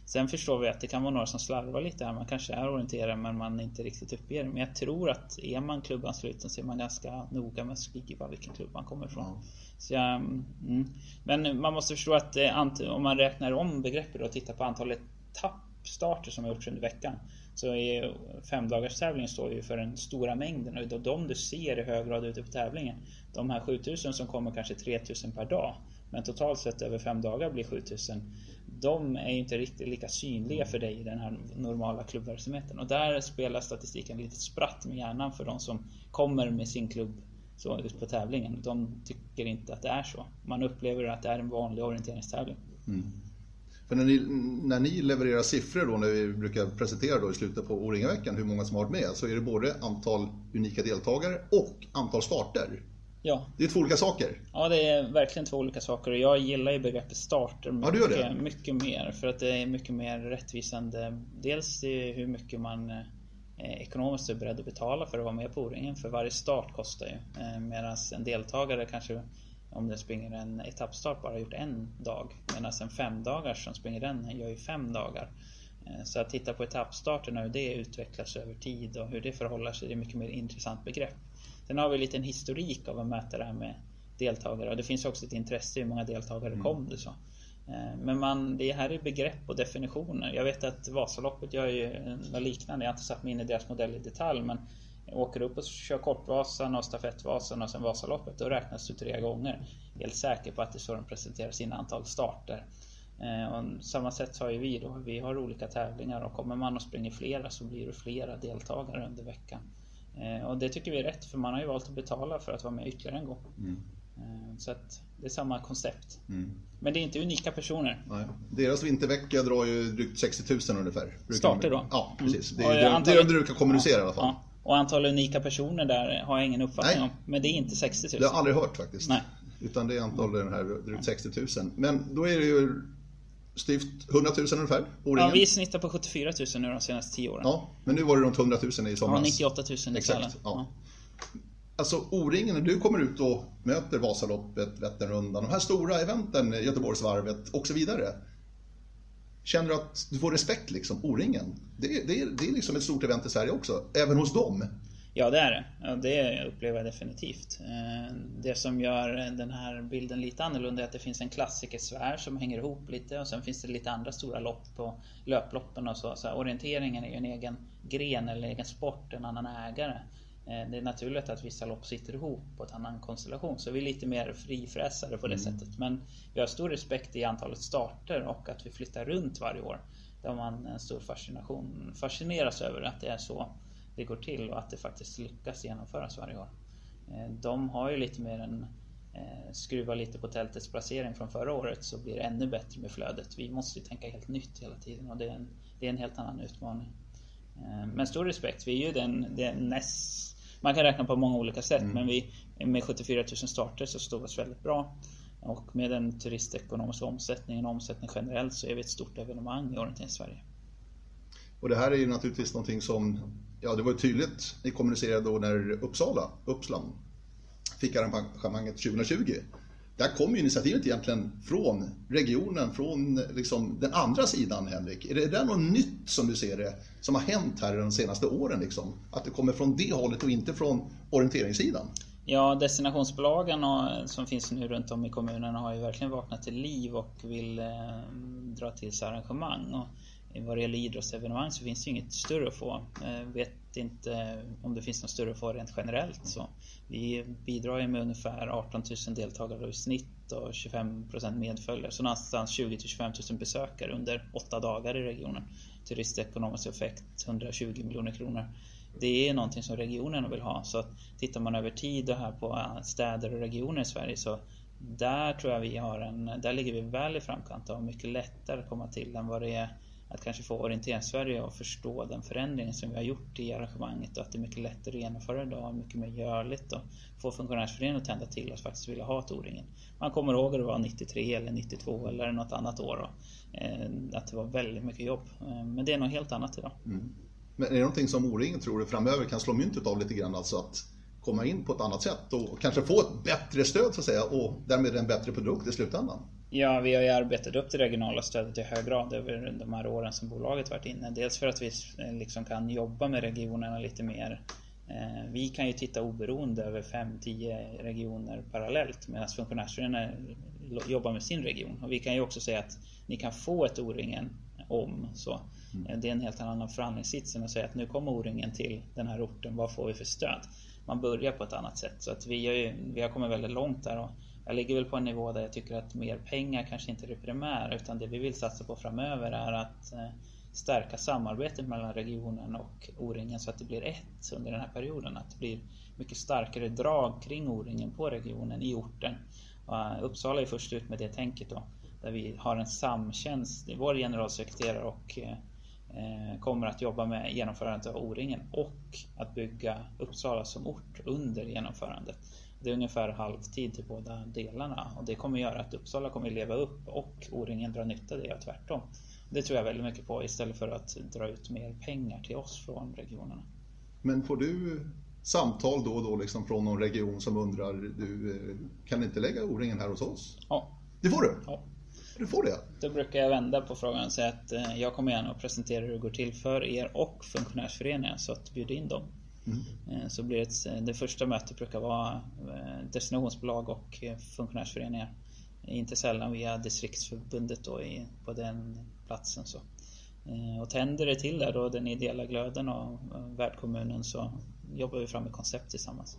Sen förstår vi att det kan vara några som slarvar lite här. Man kanske är orienterad men man inte riktigt uppger. Men jag tror att är man klubbansluten så är man ganska noga med att skriva vilken klubb man kommer ifrån. Mm. Så jag, mm. Men man måste förstå att om man räknar om begreppet och tittar på antalet tappstarter som har gjorts under veckan, så är femdagarstävlingen står ju för den stora mängden. Och de du ser i hög grad ute på tävlingen, de här sjutusen som kommer kanske tre tusen per dag, men totalt sett över fem dagar blir sjutusen, de är ju inte riktigt lika synliga för dig i den här normala klubbverksamheten. Och där spelar statistiken lite spratt med hjärnan för de som kommer med sin klubb så ut på tävlingen. De tycker inte att det är så. Man upplever att det är en vanlig orienteringstävling. Mm. För när ni, när ni levererar siffror då, när vi brukar presentera då i slutet på O-ringaveckan hur många som har varit med, så är det både antal unika deltagare och antal starter. Ja. Det är två olika saker. Ja, det är verkligen två olika saker. Och jag gillar ju begreppet starter mycket, ja, du gör det. mycket mer. För att det är mycket mer rättvisande. Dels hur mycket man eh, ekonomiskt är beredd att betala för att vara med på O-ringen. För varje start kostar ju. Eh, Medan en deltagare kanske, om den springer en etappstart, bara gjort en dag. Medan en fem dagars som springer den gör ju fem dagar. Eh, så att titta på etappstarten och hur det utvecklas över tid och hur det förhåller sig, det är mycket mer intressant begrepp. Sen har vi en liten historik av att mäta det här med deltagare. Och det finns också ett intresse i hur många deltagare mm. kom det så. Men man, det här är begrepp och definitioner. Jag vet att Vasaloppet gör ju något liknande. Jag har inte satt mig in i deras modell i detalj. Men åker upp och kör Kortvasan och Stafettvasan och sen Vasaloppet, då räknas du tre gånger. Helt säker på att det är så de presenterar sina antal starter. Och samma sätt har ju vi då. Vi har olika tävlingar och kommer man och springer flera så blir det flera deltagare under veckan. Och det tycker vi är rätt, för man har ju valt att betala för att vara med ytterligare en gång. Mm. Så att det är samma koncept. Mm. Men det är inte unika personer. Nej. Deras vintervecka drar ju drygt sextio tusen ungefär. Starter då? Ja, precis. Det är mm. det, antalet, det du kan kommunicera ja, i alla fall. Ja. Och antalet unika personer där har jag ingen uppfattning Nej. om. Men det är inte sextio tusen. Det har jag aldrig hört faktiskt. Nej. Utan det är antalet den här drygt sextio tusen. Men då är det ju styvt hundra tusen ungefär. O-ringen. Ja, vi snittar på sjuttiofyra tusen nu de senaste tio åren. Ja, men nu var det runt hundra tusen i somras. Ja, nittioåtta tusen i Exakt, ja. ja. Alltså O-ringen, när du kommer ut och möter Vasaloppet, Vätternrundan, de här stora eventen, Göteborgsvarvet och så vidare. Känner du att du får respekt liksom, O-ringen? Det är, det, är, det är liksom ett stort event i Sverige också, även hos dem. Ja, det är det. Ja, det upplever jag definitivt. Det som gör den här bilden lite annorlunda är att det finns en klassikersfär som hänger ihop lite. Och sen finns det lite andra stora lopp på löploppen och så. Så orienteringen är ju en egen gren eller egen sport, en annan ägare. Det är naturligt att vissa lopp sitter ihop på ett annan konstellation. Så vi är lite mer frifräsare på det mm. sättet. Men vi har stor respekt i antalet starter och att vi flyttar runt varje år. Där har man en stor fascination. Fascineras över att det är så det går till och att det faktiskt lyckas genomföras varje år. De har ju lite mer en skruva lite på tältets placering från förra året, så blir det ännu bättre med flödet. Vi måste ju tänka helt nytt hela tiden och det är en, det är en helt annan utmaning. Men stor respekt, vi är ju den, den näst, man kan räkna på många olika sätt mm. men vi med sjuttiofyra tusen starter så står vi oss väldigt bra. Och med den turistekonomiska omsättningen och omsättning generellt så är vi ett stort evenemang i orientering i Sverige. Och det här är ju naturligtvis någonting som, ja det var ju tydligt, ni kommunicerade då när Uppsala, Uppslam fick arrangemanget tjugohundratjugo. Där kom ju initiativet egentligen från regionen, från liksom den andra sidan, Henrik. Är det där något nytt som du ser det, som har hänt här de senaste åren liksom? Att det kommer från det hållet och inte från orienteringssidan? Ja, destinationsbolagen och, som finns nu runt om i kommunerna har ju verkligen vaknat till liv och vill eh, dra till sig arrangemang. Och vad det gäller idrottsevenemang så finns det ju inget större att få. Jag vet inte om det finns något större att få rent generellt. Så vi bidrar ju med ungefär arton tusen deltagare i snitt och tjugofem procent medföljare. Så någonstans tjugo till tjugofem tusen besökare under åtta dagar i regionen. Turistekonomisk effekt hundratjugo miljoner kronor. Det är någonting som regionen vill ha. Så tittar man över tid och här på städer och regioner i Sverige så där tror jag vi har en, där ligger vi väl i framkant och mycket lättare att komma till än vad det är att kanske få orientering-Sverige att förstå den förändringen som vi har gjort i arrangemanget och att det är mycket lättare att genomföra idag, mycket mer görligt och få funktionärsföreningen att tända till att faktiskt vilja ha ett O-ringen. Man kommer ihåg att det var nittiotre eller nittiotvå eller något annat år och, eh, att det var väldigt mycket jobb. Eh, men det är något helt annat idag. Mm. Men är det någonting som O-ringen tror du framöver kan slå myntet av lite grann, alltså att komma in på ett annat sätt och kanske få ett bättre stöd så att säga och därmed en bättre produkt i slutändan? Ja, vi har ju arbetat upp det regionala stödet i hög grad över de här åren som bolaget varit inne. Dels för att vi liksom kan jobba med regionerna lite mer. Vi kan ju titta oberoende över fem till tio regioner parallellt medan funktionärsföreningarna jobbar med sin region. Och vi kan ju också säga att ni kan få ett O-ringen om så. Mm. Det är en helt annan förhandlingssits än att säga att nu kommer O-ringen till den här orten, vad får vi för stöd? Man börjar på ett annat sätt. Så att vi, har ju, vi har kommit väldigt långt där och jag ligger väl på en nivå där jag tycker att mer pengar kanske inte är det primära, utan det vi vill satsa på framöver är att stärka samarbetet mellan regionen och O-ringen så att det blir ett under den här perioden. Att det blir mycket starkare drag kring O-ringen på regionen i orten. Och Uppsala är först ut med det tänket då, där vi har en samtjänst i vår generalsekreterare och eh, kommer att jobba med genomförandet av O-ringen och att bygga Uppsala som ort under genomförandet. Det är ungefär halvtid till båda delarna och det kommer göra att Uppsala kommer att leva upp och O-ringen drar nytta av det och tvärtom. Det tror jag väldigt mycket på istället för att dra ut mer pengar till oss från regionerna. Men får du samtal då och då liksom från någon region som undrar, du kan inte lägga O-ringen här hos oss? Ja. Det får du? Ja. Du får det? Då brukar jag vända på frågan och säga att jag kommer gärna att presentera hur det går till för er och funktionärsföreningen så att bjuda in dem. Mm. Så blir det, det första mötet brukar vara destinationsbolag och funktionärsföreningar. Inte sällan via distriktsförbundet då i, på den platsen så. Och tänder det till där då den ideella glöden och värdkommunen så jobbar vi fram ett koncept tillsammans.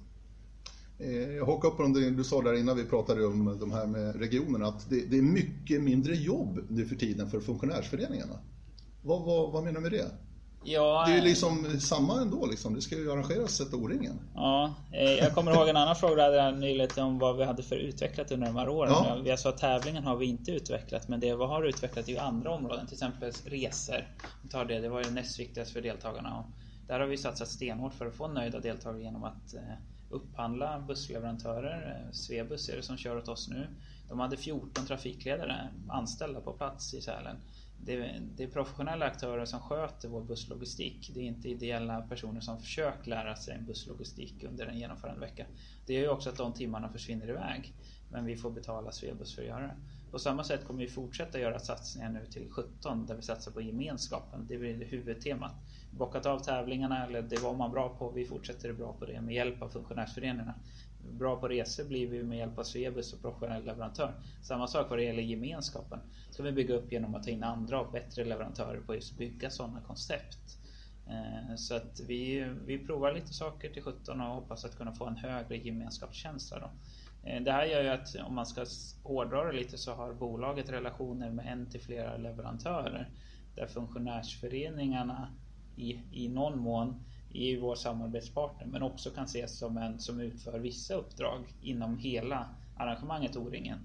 Jag hakar upp på det du sa där innan vi pratade om de här med regionerna att det, det är mycket mindre jobb nu för tiden för funktionärsföreningarna. Vad, vad, vad menar du med det? Ja, det är ju liksom samma ändå liksom. Det ska ju arrangeras ett O-ringen. Ja, jag kommer ihåg en annan fråga där nyligen om vad vi hade för utvecklat under de här åren. Ja. Jag sa att tävlingen har vi inte utvecklat, men det vi har utvecklat är ju andra områden, till exempel resor. Vi tar det, det var ju näst viktigast för deltagarna och där har vi satsat stenhårt för att få nöjda deltagare genom att upphandla bussleverantörer. Svebus är det som kör åt oss nu. De hade fjorton trafikledare anställda på plats i Sälen. Det är, det är professionella aktörer som sköter vår busslogistik. Det är inte ideella personer som försöker lära sig en busslogistik under en genomförande vecka. Det är ju också att de timmarna försvinner iväg. Men vi får betala Svebus för att göra det. På samma sätt kommer vi fortsätta göra satsningar nu till sjutton där vi satsar på gemenskapen. Det blir huvudtemat. Bockat av tävlingarna, eller det var man bra på. Vi fortsätter det bra på det med hjälp av funktionärsföreningarna. Bra på resor blir vi med hjälp av Svebus och professionell leverantör. Samma sak vad det gäller gemenskapen. Ska vi bygga upp genom att ta in andra och bättre leverantörer på just bygga sådana koncept. Så att vi, vi provar lite saker till sjutton och hoppas att kunna få en högre gemenskapskänsla då. Det här gör ju att om man ska hårdra det lite så har bolaget relationer med en till flera leverantörer. Där funktionärsföreningarna i, i någon mån är ju vår samarbetspartner men också kan ses som en som utför vissa uppdrag inom hela arrangemanget O-ringen.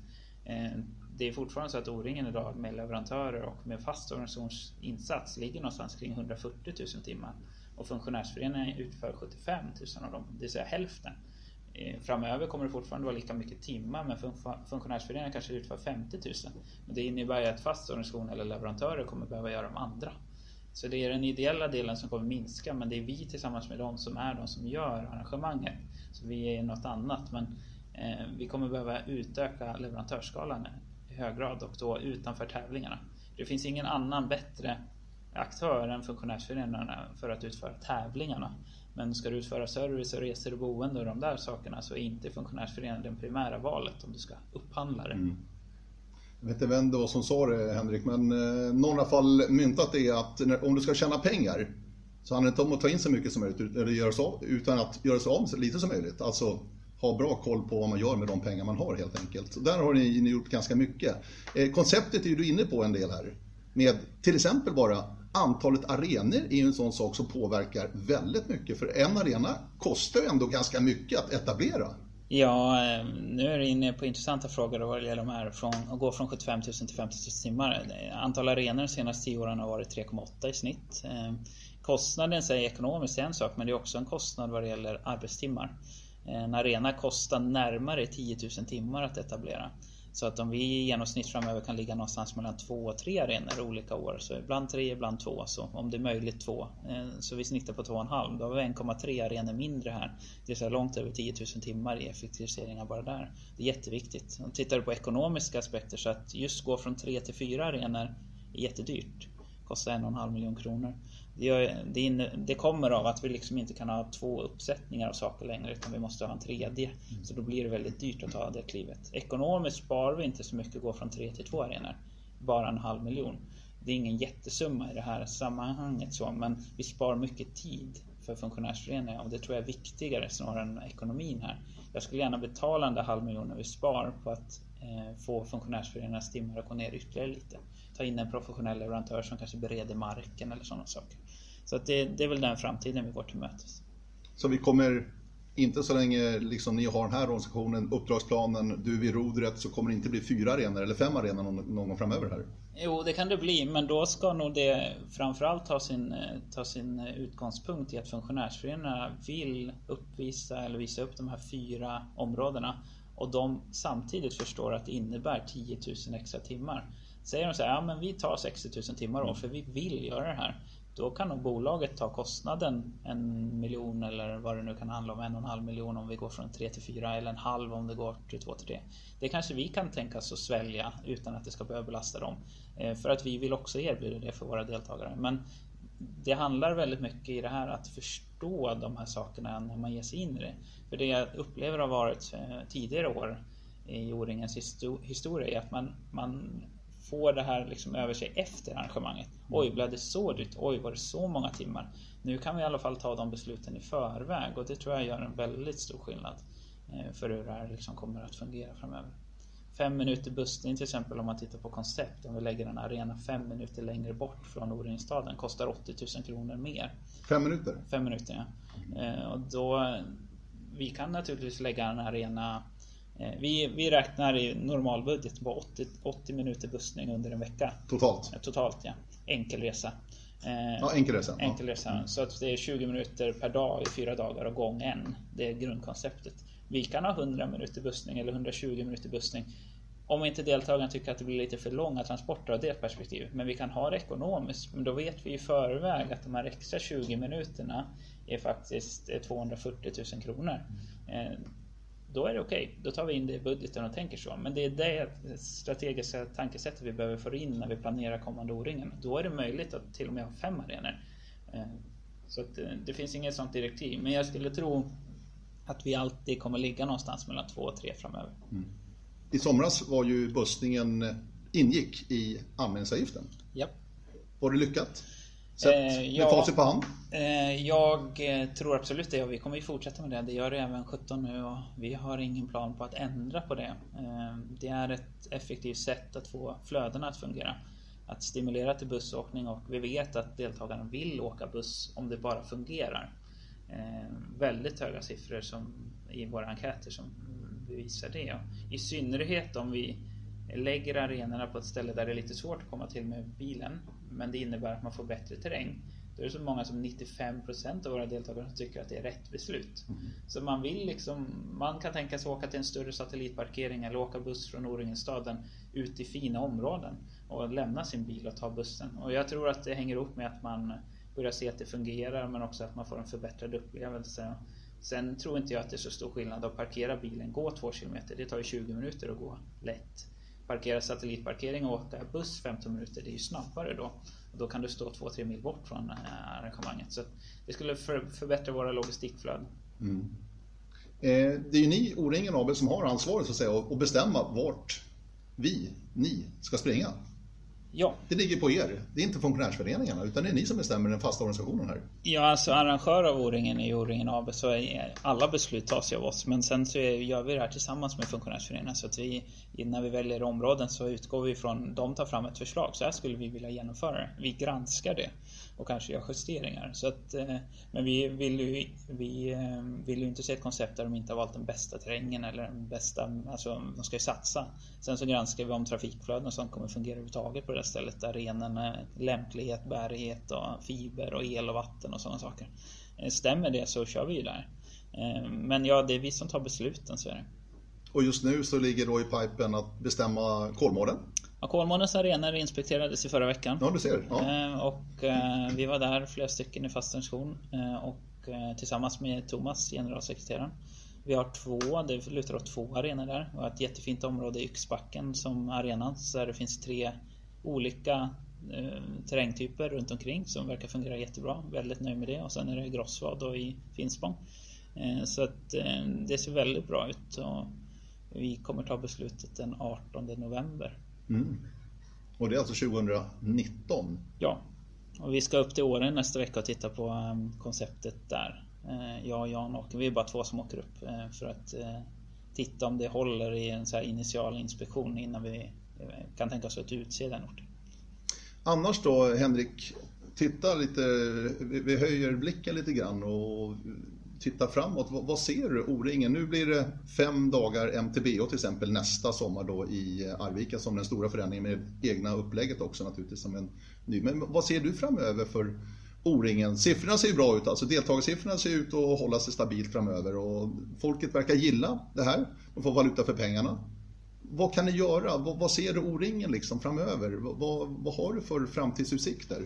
Det är fortfarande så att O-ringen idag med leverantörer och med fast organisationsinsats ligger någonstans kring hundrafyrtio tusen timmar och funktionärsföreningen utför sjuttiofem tusen av dem, det vill säga hälften. Framöver kommer det fortfarande vara lika mycket timmar men funktionärsföreningen kanske utför femtio tusen. Men det innebär ju att fast organisation eller leverantörer kommer behöva göra de andra. Så det är den ideella delen som kommer minska men det är vi tillsammans med dem som är de som gör arrangemanget. Så vi är något annat men eh, vi kommer behöva utöka leverantörsskalan i hög grad och då utanför tävlingarna. Det finns ingen annan bättre aktör än funktionärsföreningarna för att utföra tävlingarna. Men ska du utföra service och resor och boende och de där sakerna så är inte funktionärsföreningen den primära valet om du ska upphandla det. Mm. Jag vet inte vem det var som sa det, Henrik, men eh, någon i alla fall myntat det att när, om du ska tjäna pengar så handlar det inte om att ta in så mycket som möjligt eller göra så, utan att göra sig av så lite som möjligt. Alltså ha bra koll på vad man gör med de pengar man har helt enkelt. Så där har ni, ni gjort ganska mycket. Eh, konceptet är ju du inne på en del här. Med till exempel bara antalet arenor är ju en sån sak som påverkar väldigt mycket. För en arena kostar ju ändå ganska mycket att etablera. Ja, nu är det inne på intressanta frågor vad det gäller de här från, att gå från sjuttiofem tusen till femtio tusen timmar. Antal arenor de senaste tio åren har varit tre komma åtta i snitt. Kostnaden säger ekonomiskt är en sak men det är också en kostnad vad det gäller arbetstimmar. En arena kostar närmare tio tusen timmar att etablera. Så att om vi i genomsnitt framöver kan ligga någonstans mellan två och tre arenor olika år, så ibland tre, ibland två, så om det är möjligt två, så vi snittar på två och en halv, då har vi en komma tre arenor mindre här. Det är så långt över tio tusen timmar i effektiviseringar bara där. Det är jätteviktigt. Om tittar du på ekonomiska aspekter, så att just gå från tre till fyra arenor är jättedyrt. Kostar en och en halv miljon kronor. Det, gör, det, in, det kommer av att vi liksom inte kan ha två uppsättningar av saker längre, utan vi måste ha en tredje. Mm. Så då blir det väldigt dyrt att ta det klivet. Ekonomiskt sparar vi inte så mycket att gå från tre till två arenor. Bara en halv miljon. Det är ingen jättesumma i det här sammanhanget så, men vi sparar mycket tid för funktionärsföreningar, och det tror jag är viktigare snarare än ekonomin här. Jag skulle gärna betala den där halv miljonen vi spar på att eh, få funktionärsföreningarnas timmar att gå ner ytterligare lite. Ta in en professionell leverantör som kanske bereder marken eller sådana saker. Så att det, det är väl den framtiden vi går till mötes. Så vi kommer inte, så länge liksom ni har den här organisationen, uppdragsplanen, du vid rodret, så kommer det inte bli fyra arenor eller fem arenor någon, någon gång framöver här? Jo, det kan det bli, men då ska nog det framförallt ta sin, ta sin utgångspunkt i att funktionärsföreningarna vill uppvisa eller visa upp de här fyra områdena, och de samtidigt förstår att det innebär tio tusen extra timmar. Säger de så här, ja men vi tar sextio tusen timmar då, för vi vill göra det här. Då kan nog bolaget ta kostnaden en miljon eller vad det nu kan handla om, en och en halv miljon om vi går från tre till fyra, eller en halv om det går till två till tre. Det kanske vi kan tänka oss att svälja utan att det ska behöva belasta dem. För att vi vill också erbjuda det för våra deltagare. Men det handlar väldigt mycket i det här att förstå de här sakerna när man ger sig in i det. För det jag upplever har varit tidigare år i O-ringens historia är att man, man får det här liksom över sig efter arrangemanget. Oj, blev det så dyrt? Oj, var det så många timmar? Nu kan vi i alla fall ta de besluten i förväg, och det tror jag gör en väldigt stor skillnad för hur det här liksom kommer att fungera framöver. Fem minuter bussning till exempel, om man tittar på koncept, om vi lägger en arena fem minuter längre bort från O-ringstaden, kostar åttio tusen kronor mer. Fem minuter? Fem minuter, ja. Och då, vi kan naturligtvis lägga en arena. Vi, vi räknar i normalbudget på åttio, åttio minuter bussning under en vecka. Totalt? Totalt, ja. Enkelresa. Ja, enkelresa. Enkelresa. Ja. Så att det är tjugo minuter per dag i fyra dagar och gång en. Det är grundkonceptet. Vi kan ha hundra minuter bussning eller hundratjugo minuter bussning. Om inte deltagarna tycker att det blir lite för långa transporter av det perspektivet. Men vi kan ha det ekonomiskt. Men då vet vi i förväg att de här extra tjugo minuterna är faktiskt tvåhundrafyrtio tusen kronor. Då är det okej, okay. Då tar vi in det i budgeten och tänker så. Men det är det strategiska tankesättet vi behöver få in när vi planerar kommande O-ringen. Då är det möjligt att till och med ha fem arenor. Så att det finns inget sånt direktiv. Men jag skulle tro att vi alltid kommer ligga någonstans mellan två och tre framöver. Mm. I somras var ju bussningen ingick i anmälningsavgiften. Ja. Var det lyckat? Sett eh, ja, med facit på hand? Eh, jag tror absolut det, och vi kommer ju fortsätta med det. Det gör det även sjutton nu, och vi har ingen plan på att ändra på det. Eh, det är ett effektivt sätt att få flödena att fungera. Att stimulera till bussåkning, och vi vet att deltagarna vill åka buss om det bara fungerar. Eh, väldigt höga siffror som i våra enkäter som bevisar det. Och i synnerhet om vi lägger arenorna på ett ställe där det är lite svårt att komma till med bilen, men det innebär att man får bättre terräng. Då är det så många som nittiofem procent av våra deltagare som tycker att det är rätt beslut. Mm. Så man vill liksom, man kan tänka sig åka till en större satellitparkering eller åka buss från O-ringstaden ut i fina områden och lämna sin bil och ta bussen. Och jag tror att det hänger ihop med att man börjar se att det fungerar, men också att man får en förbättrad upplevelse. Sen tror inte jag att det är så stor skillnad att parkera bilen, gå två kilometer. Det tar ju tjugo minuter att gå lätt. Parkera satellitparkering och åka buss femton minuter, det är ju snabbare då. Och då kan du stå två tre mil bort från arrangemanget. Så det skulle för, förbättra våra logistikflöden. Mm. Eh, det är ju ni, O-ringen A B, som har ansvaret så att säga, att bestämma vart vi, ni, ska springa. Ja. Det ligger på er. Det är inte funktionärsföreningarna, utan det är ni som bestämmer den fasta organisationen här. Ja, alltså arrangör av O-ringen i O-ringen A B, så är alla beslut tas ju av oss. Men sen så gör vi det här tillsammans med funktionärsföreningarna. Så att vi, när vi väljer områden så utgår vi från, de tar fram ett förslag. Så här skulle vi vilja genomföra det. Vi granskar det och kanske gör justeringar. Så att, men vi vill ju, vi vill ju inte se ett koncept där de inte har valt den bästa terrängen eller den bästa, alltså de ska ju satsa. Sen så granskar vi om trafikflöden som kommer fungera överhuvudtaget på det stället, arenan, lämplighet, bärighet och fiber och el och vatten och sådana saker. Stämmer det så kör vi ju där. Men ja, det är vi som tar besluten, så är det. Och just nu så ligger då i pipen att bestämma Kolmården. Ja, Kolmårdens arenor inspekterades i förra veckan. Ja, du ser. Ja. Och eh, vi var där flera stycken i fast organisation eh, och eh, tillsammans med Thomas, generalsekreteraren. Vi har två, det lutar åt två arenor där. Och ett jättefint område i Yxbacken som arenan. Så där det finns tre olika eh, terrängtyper runt omkring som verkar fungera jättebra. Väldigt nöjd med det. Och sen är det Grossvad och i Finspång. Eh, så att eh, det ser väldigt bra ut. Och vi kommer ta beslutet den artonde november. Mm. Och det är alltså tjugonitton? Ja, och vi ska upp till Åre nästa vecka och titta på um, konceptet där. Uh, jag och Jan åker, vi är bara två som åker upp uh, för att uh, titta om det håller i en så här initial inspektion innan vi uh, kan tänka oss att utse den orten. Annars då, Henrik, titta lite, vi, vi höjer blicken lite grann och titta framåt. Vad, vad ser du O-ringen? Nu blir det fem dagar M T B O till exempel nästa sommar då i Arvika som den stora förändringen med egna upplägget också naturligtvis som en ny. Men vad ser du framöver för O-ringen? Siffrorna ser ju bra ut, alltså deltagarsiffrorna ser ut att hålla sig stabilt framöver och folket verkar gilla det här. De får valuta för pengarna. Vad kan ni göra? Vad, vad ser du O-ringen liksom framöver? Vad, vad har du för framtidsutsikter?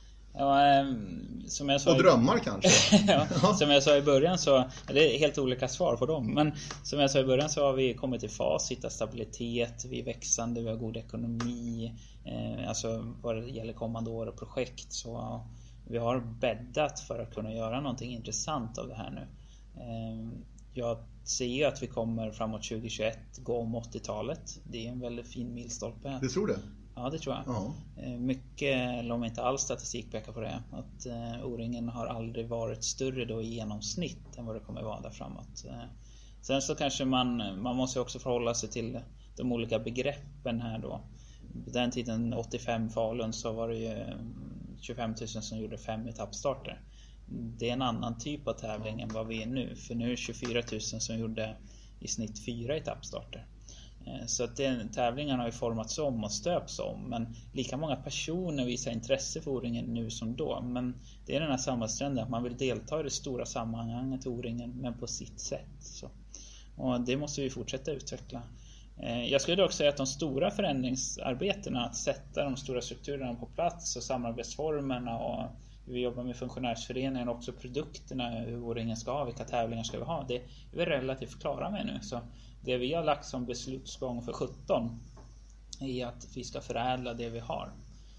Ja, som jag sa och drömmar i... kanske. Ja, som jag sa i början så det är helt olika svar på dem. Men som jag sa i början så har vi kommit till fas, hittat stabilitet, vi är växande, vi har god ekonomi. Eh, alltså vad det gäller kommande år och projekt så vi har bäddat för att kunna göra någonting intressant av det här nu. Eh, jag ser ju att vi kommer framåt tjugohundratjugoett gå om åttiotalet. Det är en väldigt fin milstolpe. Du tror det? Ja, det tror jag. Ja. Mycket, eller om inte all statistik pekar på det, att eh, O-ringen har aldrig varit större då i genomsnitt än vad det kommer vara där framåt. Eh, sen så kanske man, man måste också förhålla sig till de olika begreppen här då. På den tiden åttiofem Falun så var det ju tjugofem tusen som gjorde fem etappstarter. Det är en annan typ av tävling än vad vi är nu, för nu är det tjugofyra tusen som gjorde i snitt fyra etappstarter. Så att den, tävlingen har ju formats om och stöps om. Men lika många personer visar intresse för O-ringen nu som då. Men det är den här samhällstrenden att man vill delta i det stora sammanhanget O-ringen men på sitt sätt. Så. Och det måste vi fortsätta utveckla. Jag skulle dock säga att de stora förändringsarbetena, att sätta de stora strukturerna på plats och samarbetsformerna och hur vi jobbar med funktionärsföreningen och också produkterna, hur O-ringen ska ha, vilka tävlingar ska vi ha, det är vi relativt klara med nu. Så det vi har lagt som beslutsgång för sjutton är att vi ska förädla det vi har.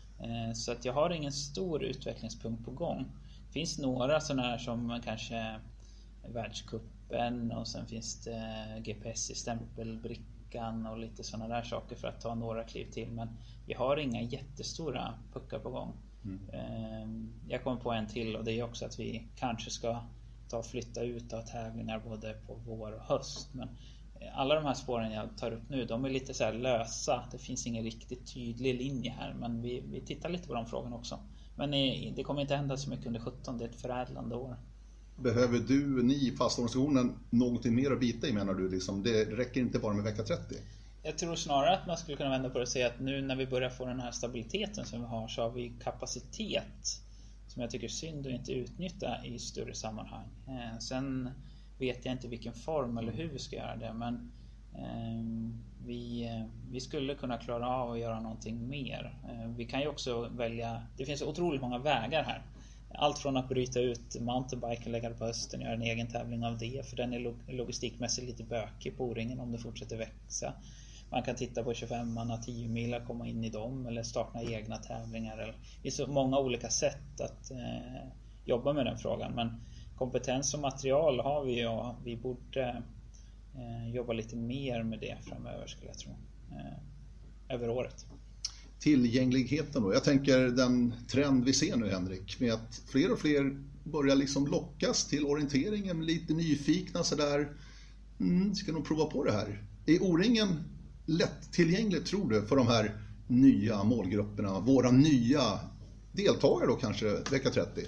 Så att jag har ingen stor utvecklingspunkt på gång. Det finns några sådana här som kanske världscupen och sen finns det G P S i stämpelbrickan och lite sådana där saker för att ta några kliv till. Men vi har inga jättestora puckar på gång. Mm. Jag kommer på en till och det är också att vi kanske ska ta och flytta ut av tävlingar både på vår och höst. Men alla de här spåren jag tar upp nu, de är lite så här lösa. Det finns ingen riktigt tydlig linje här, men vi, vi tittar lite på de frågorna också. Men det kommer inte hända så mycket under sjutton, det är ett förädlande år. Behöver du, ni i fastorganisationen, någonting mer att bita i menar du? Liksom? Det räcker inte bara med vecka trettio? Jag tror snarare att man skulle kunna vända på det och säga att nu när vi börjar få den här stabiliteten som vi har så har vi kapacitet som jag tycker är synd att inte utnyttja i större sammanhang. Eh, sen vet jag inte vilken form eller hur vi ska göra det, men eh, vi, vi skulle kunna klara av att göra någonting mer. Eh, vi kan ju också välja, det finns otroligt många vägar här. Allt från att bryta ut mountainbike och lägga det på hösten och göra en egen tävling av det, för den är logistikmässigt lite bökig på O-ringen om det fortsätter växa. Man kan titta på tjugofem-manna, tio mil, komma in i dem eller starta egna tävlingar. Det finns så många olika sätt att eh, jobba med den frågan. Men kompetens och material har vi och vi borde eh, jobba lite mer med det framöver skulle jag tro. Eh, över året. Tillgängligheten då. Jag tänker den trend vi ser nu, Henrik, med att fler och fler börjar liksom lockas till orienteringen, lite nyfikna sådär. Mm, ska nog prova på det här. Är O-ringen lättillgängligt, tror du, för de här nya målgrupperna, våra nya deltagare då kanske vecka trettio?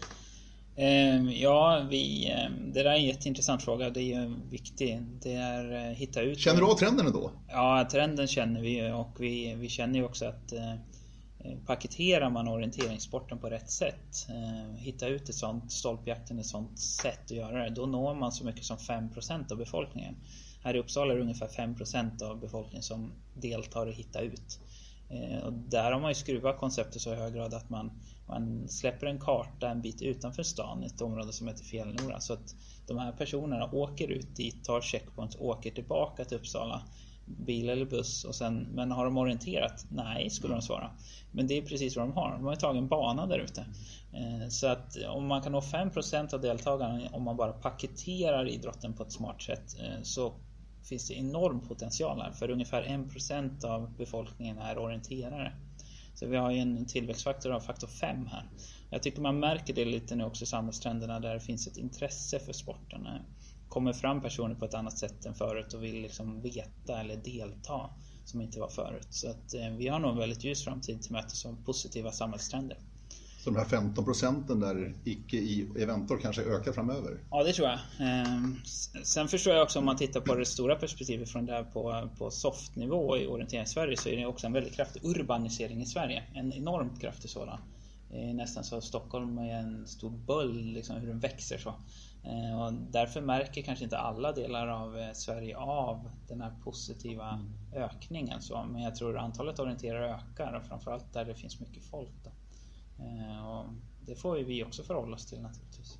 Ja, vi, det där är en jätteintressant fråga. Det är ju viktigt. Det är att hitta ut. Känner du av trenden då? Ja, trenden känner vi och vi, vi känner ju också att eh, paketerar man orienteringssporten på rätt sätt, eh, hitta ut ett sånt, stolpjakten ett sånt sätt att göra det, då når man så mycket som fem procent av befolkningen. Här i Uppsala är det ungefär fem procent av befolkningen som deltar och hittar ut. Och där har man ju skruvat konceptet så i hög grad att man, man släpper en karta en bit utanför stan, ett område som heter Fjällnora, så att de här personerna åker ut dit, tar checkpoints, åker tillbaka till Uppsala, bil eller buss, och sen, men har de orienterat? Nej, skulle de svara. Men det är precis vad de har. De har tagit en bana där ute. Så att om man kan nå fem procent av deltagarna, om man bara paketerar idrotten på ett smart sätt, så finns det enorm potential här. För ungefär en procent av befolkningen är orienterare. Så vi har ju en tillväxtfaktor av faktor fem här. Jag tycker man märker det lite nu också i samhällstrenderna, där det finns ett intresse för sporten. Kommer fram personer på ett annat sätt än förut och vill liksom veta eller delta som inte var förut. Så att eh, vi har nog en väldigt ljus framtid till möte som positiva samhällstrender. Så de här femton procenten där icke i eventor kanske ökar framöver? Ja, det tror jag. Sen förstår jag också, om man tittar på det stora perspektivet från där på, på softnivå i orientering i Sverige, så är det också en väldigt kraftig urbanisering i Sverige. En enormt kraftig sådan. Nästan så Stockholm är en stor böld, liksom, hur den växer så. Och därför märker kanske inte alla delar av Sverige av den här positiva ökningen. Så. Men jag tror antalet orienterare ökar, och framförallt där det finns mycket folk då. Och det får ju vi också förhålla oss till naturligtvis.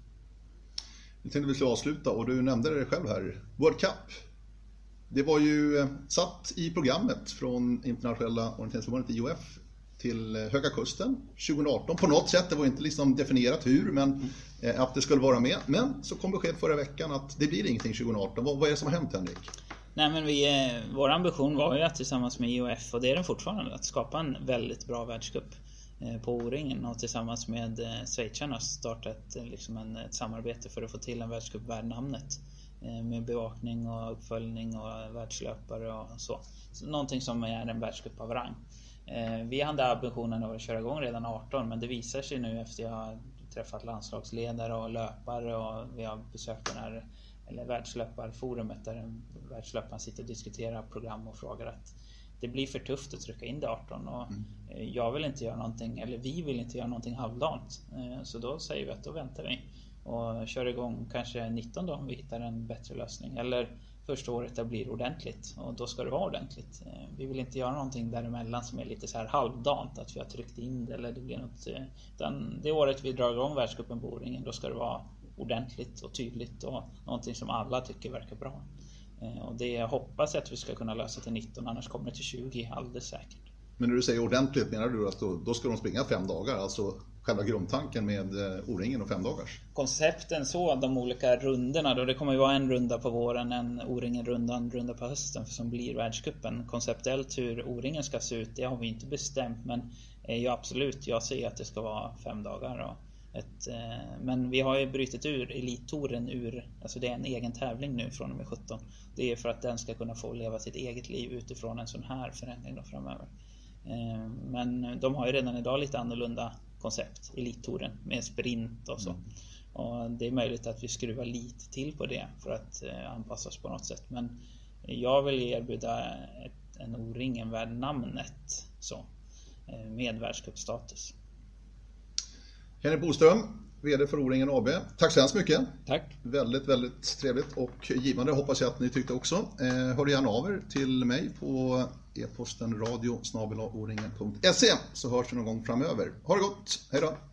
Jag tänkte vi skulle avsluta, och du nämnde det själv här. World Cup. Det var ju satt i programmet från internationella orienteringsförbundet I O F till Höga Kusten tjugo arton på något sätt. Det var inte liksom definierat hur, men mm. att det skulle vara med. Men så kom besked förra veckan att det blir ingenting tjugo arton. Vad, vad är det som har hänt, Henrik? Nej, men vi, vår ambition var ju att tillsammans med I O F, och det är den fortfarande, att skapa en väldigt bra världscup på O-ringen, och tillsammans med schweizarna starta ett, liksom en, ett samarbete för att få till en världscup värd namnet, med bevakning och uppföljning och världslöpare och så. Så någonting som är en världscup av rang. Vi hade ambitionen att köra igång redan arton, men det visar sig nu efter jag har träffat landslagsledare och löpare, och vi har besökt den här, eller världslöparforumet där världslöparen sitter och diskuterar program och frågar, att det blir för tufft att trycka in det arton, och mm. jag vill inte göra någonting, eller vi vill inte göra någonting halvdant. Så då säger vi att då väntar vi och kör igång kanske nitton då, om vi hittar en bättre lösning, eller första året det blir ordentligt, och då ska det vara ordentligt. Vi vill inte göra någonting däremellan som är lite så här halvdant, att vi har tryckt in det eller det blir något, utan det året vi drar igång världscupen på O-ringen, då ska det vara ordentligt och tydligt och någonting som alla tycker verkar bra. Och det hoppas jag att vi ska kunna lösa till nitton, annars kommer det till tjugo alldeles säkert. Men när du säger ordentligt, menar du att då, då ska de springa fem dagar, alltså själva grundtanken med O-ringen och fem dagars? Koncepten så, de olika rundorna då, det kommer ju vara en runda på våren, en O-ringen runda, en runda på hösten som blir världscupen. Konceptuellt hur O-ringen ska se ut, det har vi inte bestämt, men ja, absolut, jag säger att det ska vara fem dagar och ett, men vi har ju brytit ur elittouren ur, alltså det är en egen tävling nu från och med sjutton. Det är för att den ska kunna få leva sitt eget liv utifrån en sån här förändring då framöver. Men de har ju redan idag lite annorlunda koncept, elittouren med sprint och så. Mm. Och det är möjligt att vi skruvar lite till på det för att anpassa oss på något sätt. Men jag vill erbjuda ett, en O-ringen värd namnet så, med världscupstatus. Henrik Boström, vd för O-ringen A B. Tack så hemskt mycket. Tack. Väldigt, väldigt trevligt och givande, hoppas jag att ni tyckte också. Eh, hör gärna av er till mig på e-posten radio snabel-a o ringen punkt se, så hörs vi någon gång framöver. Ha det gott, hej då!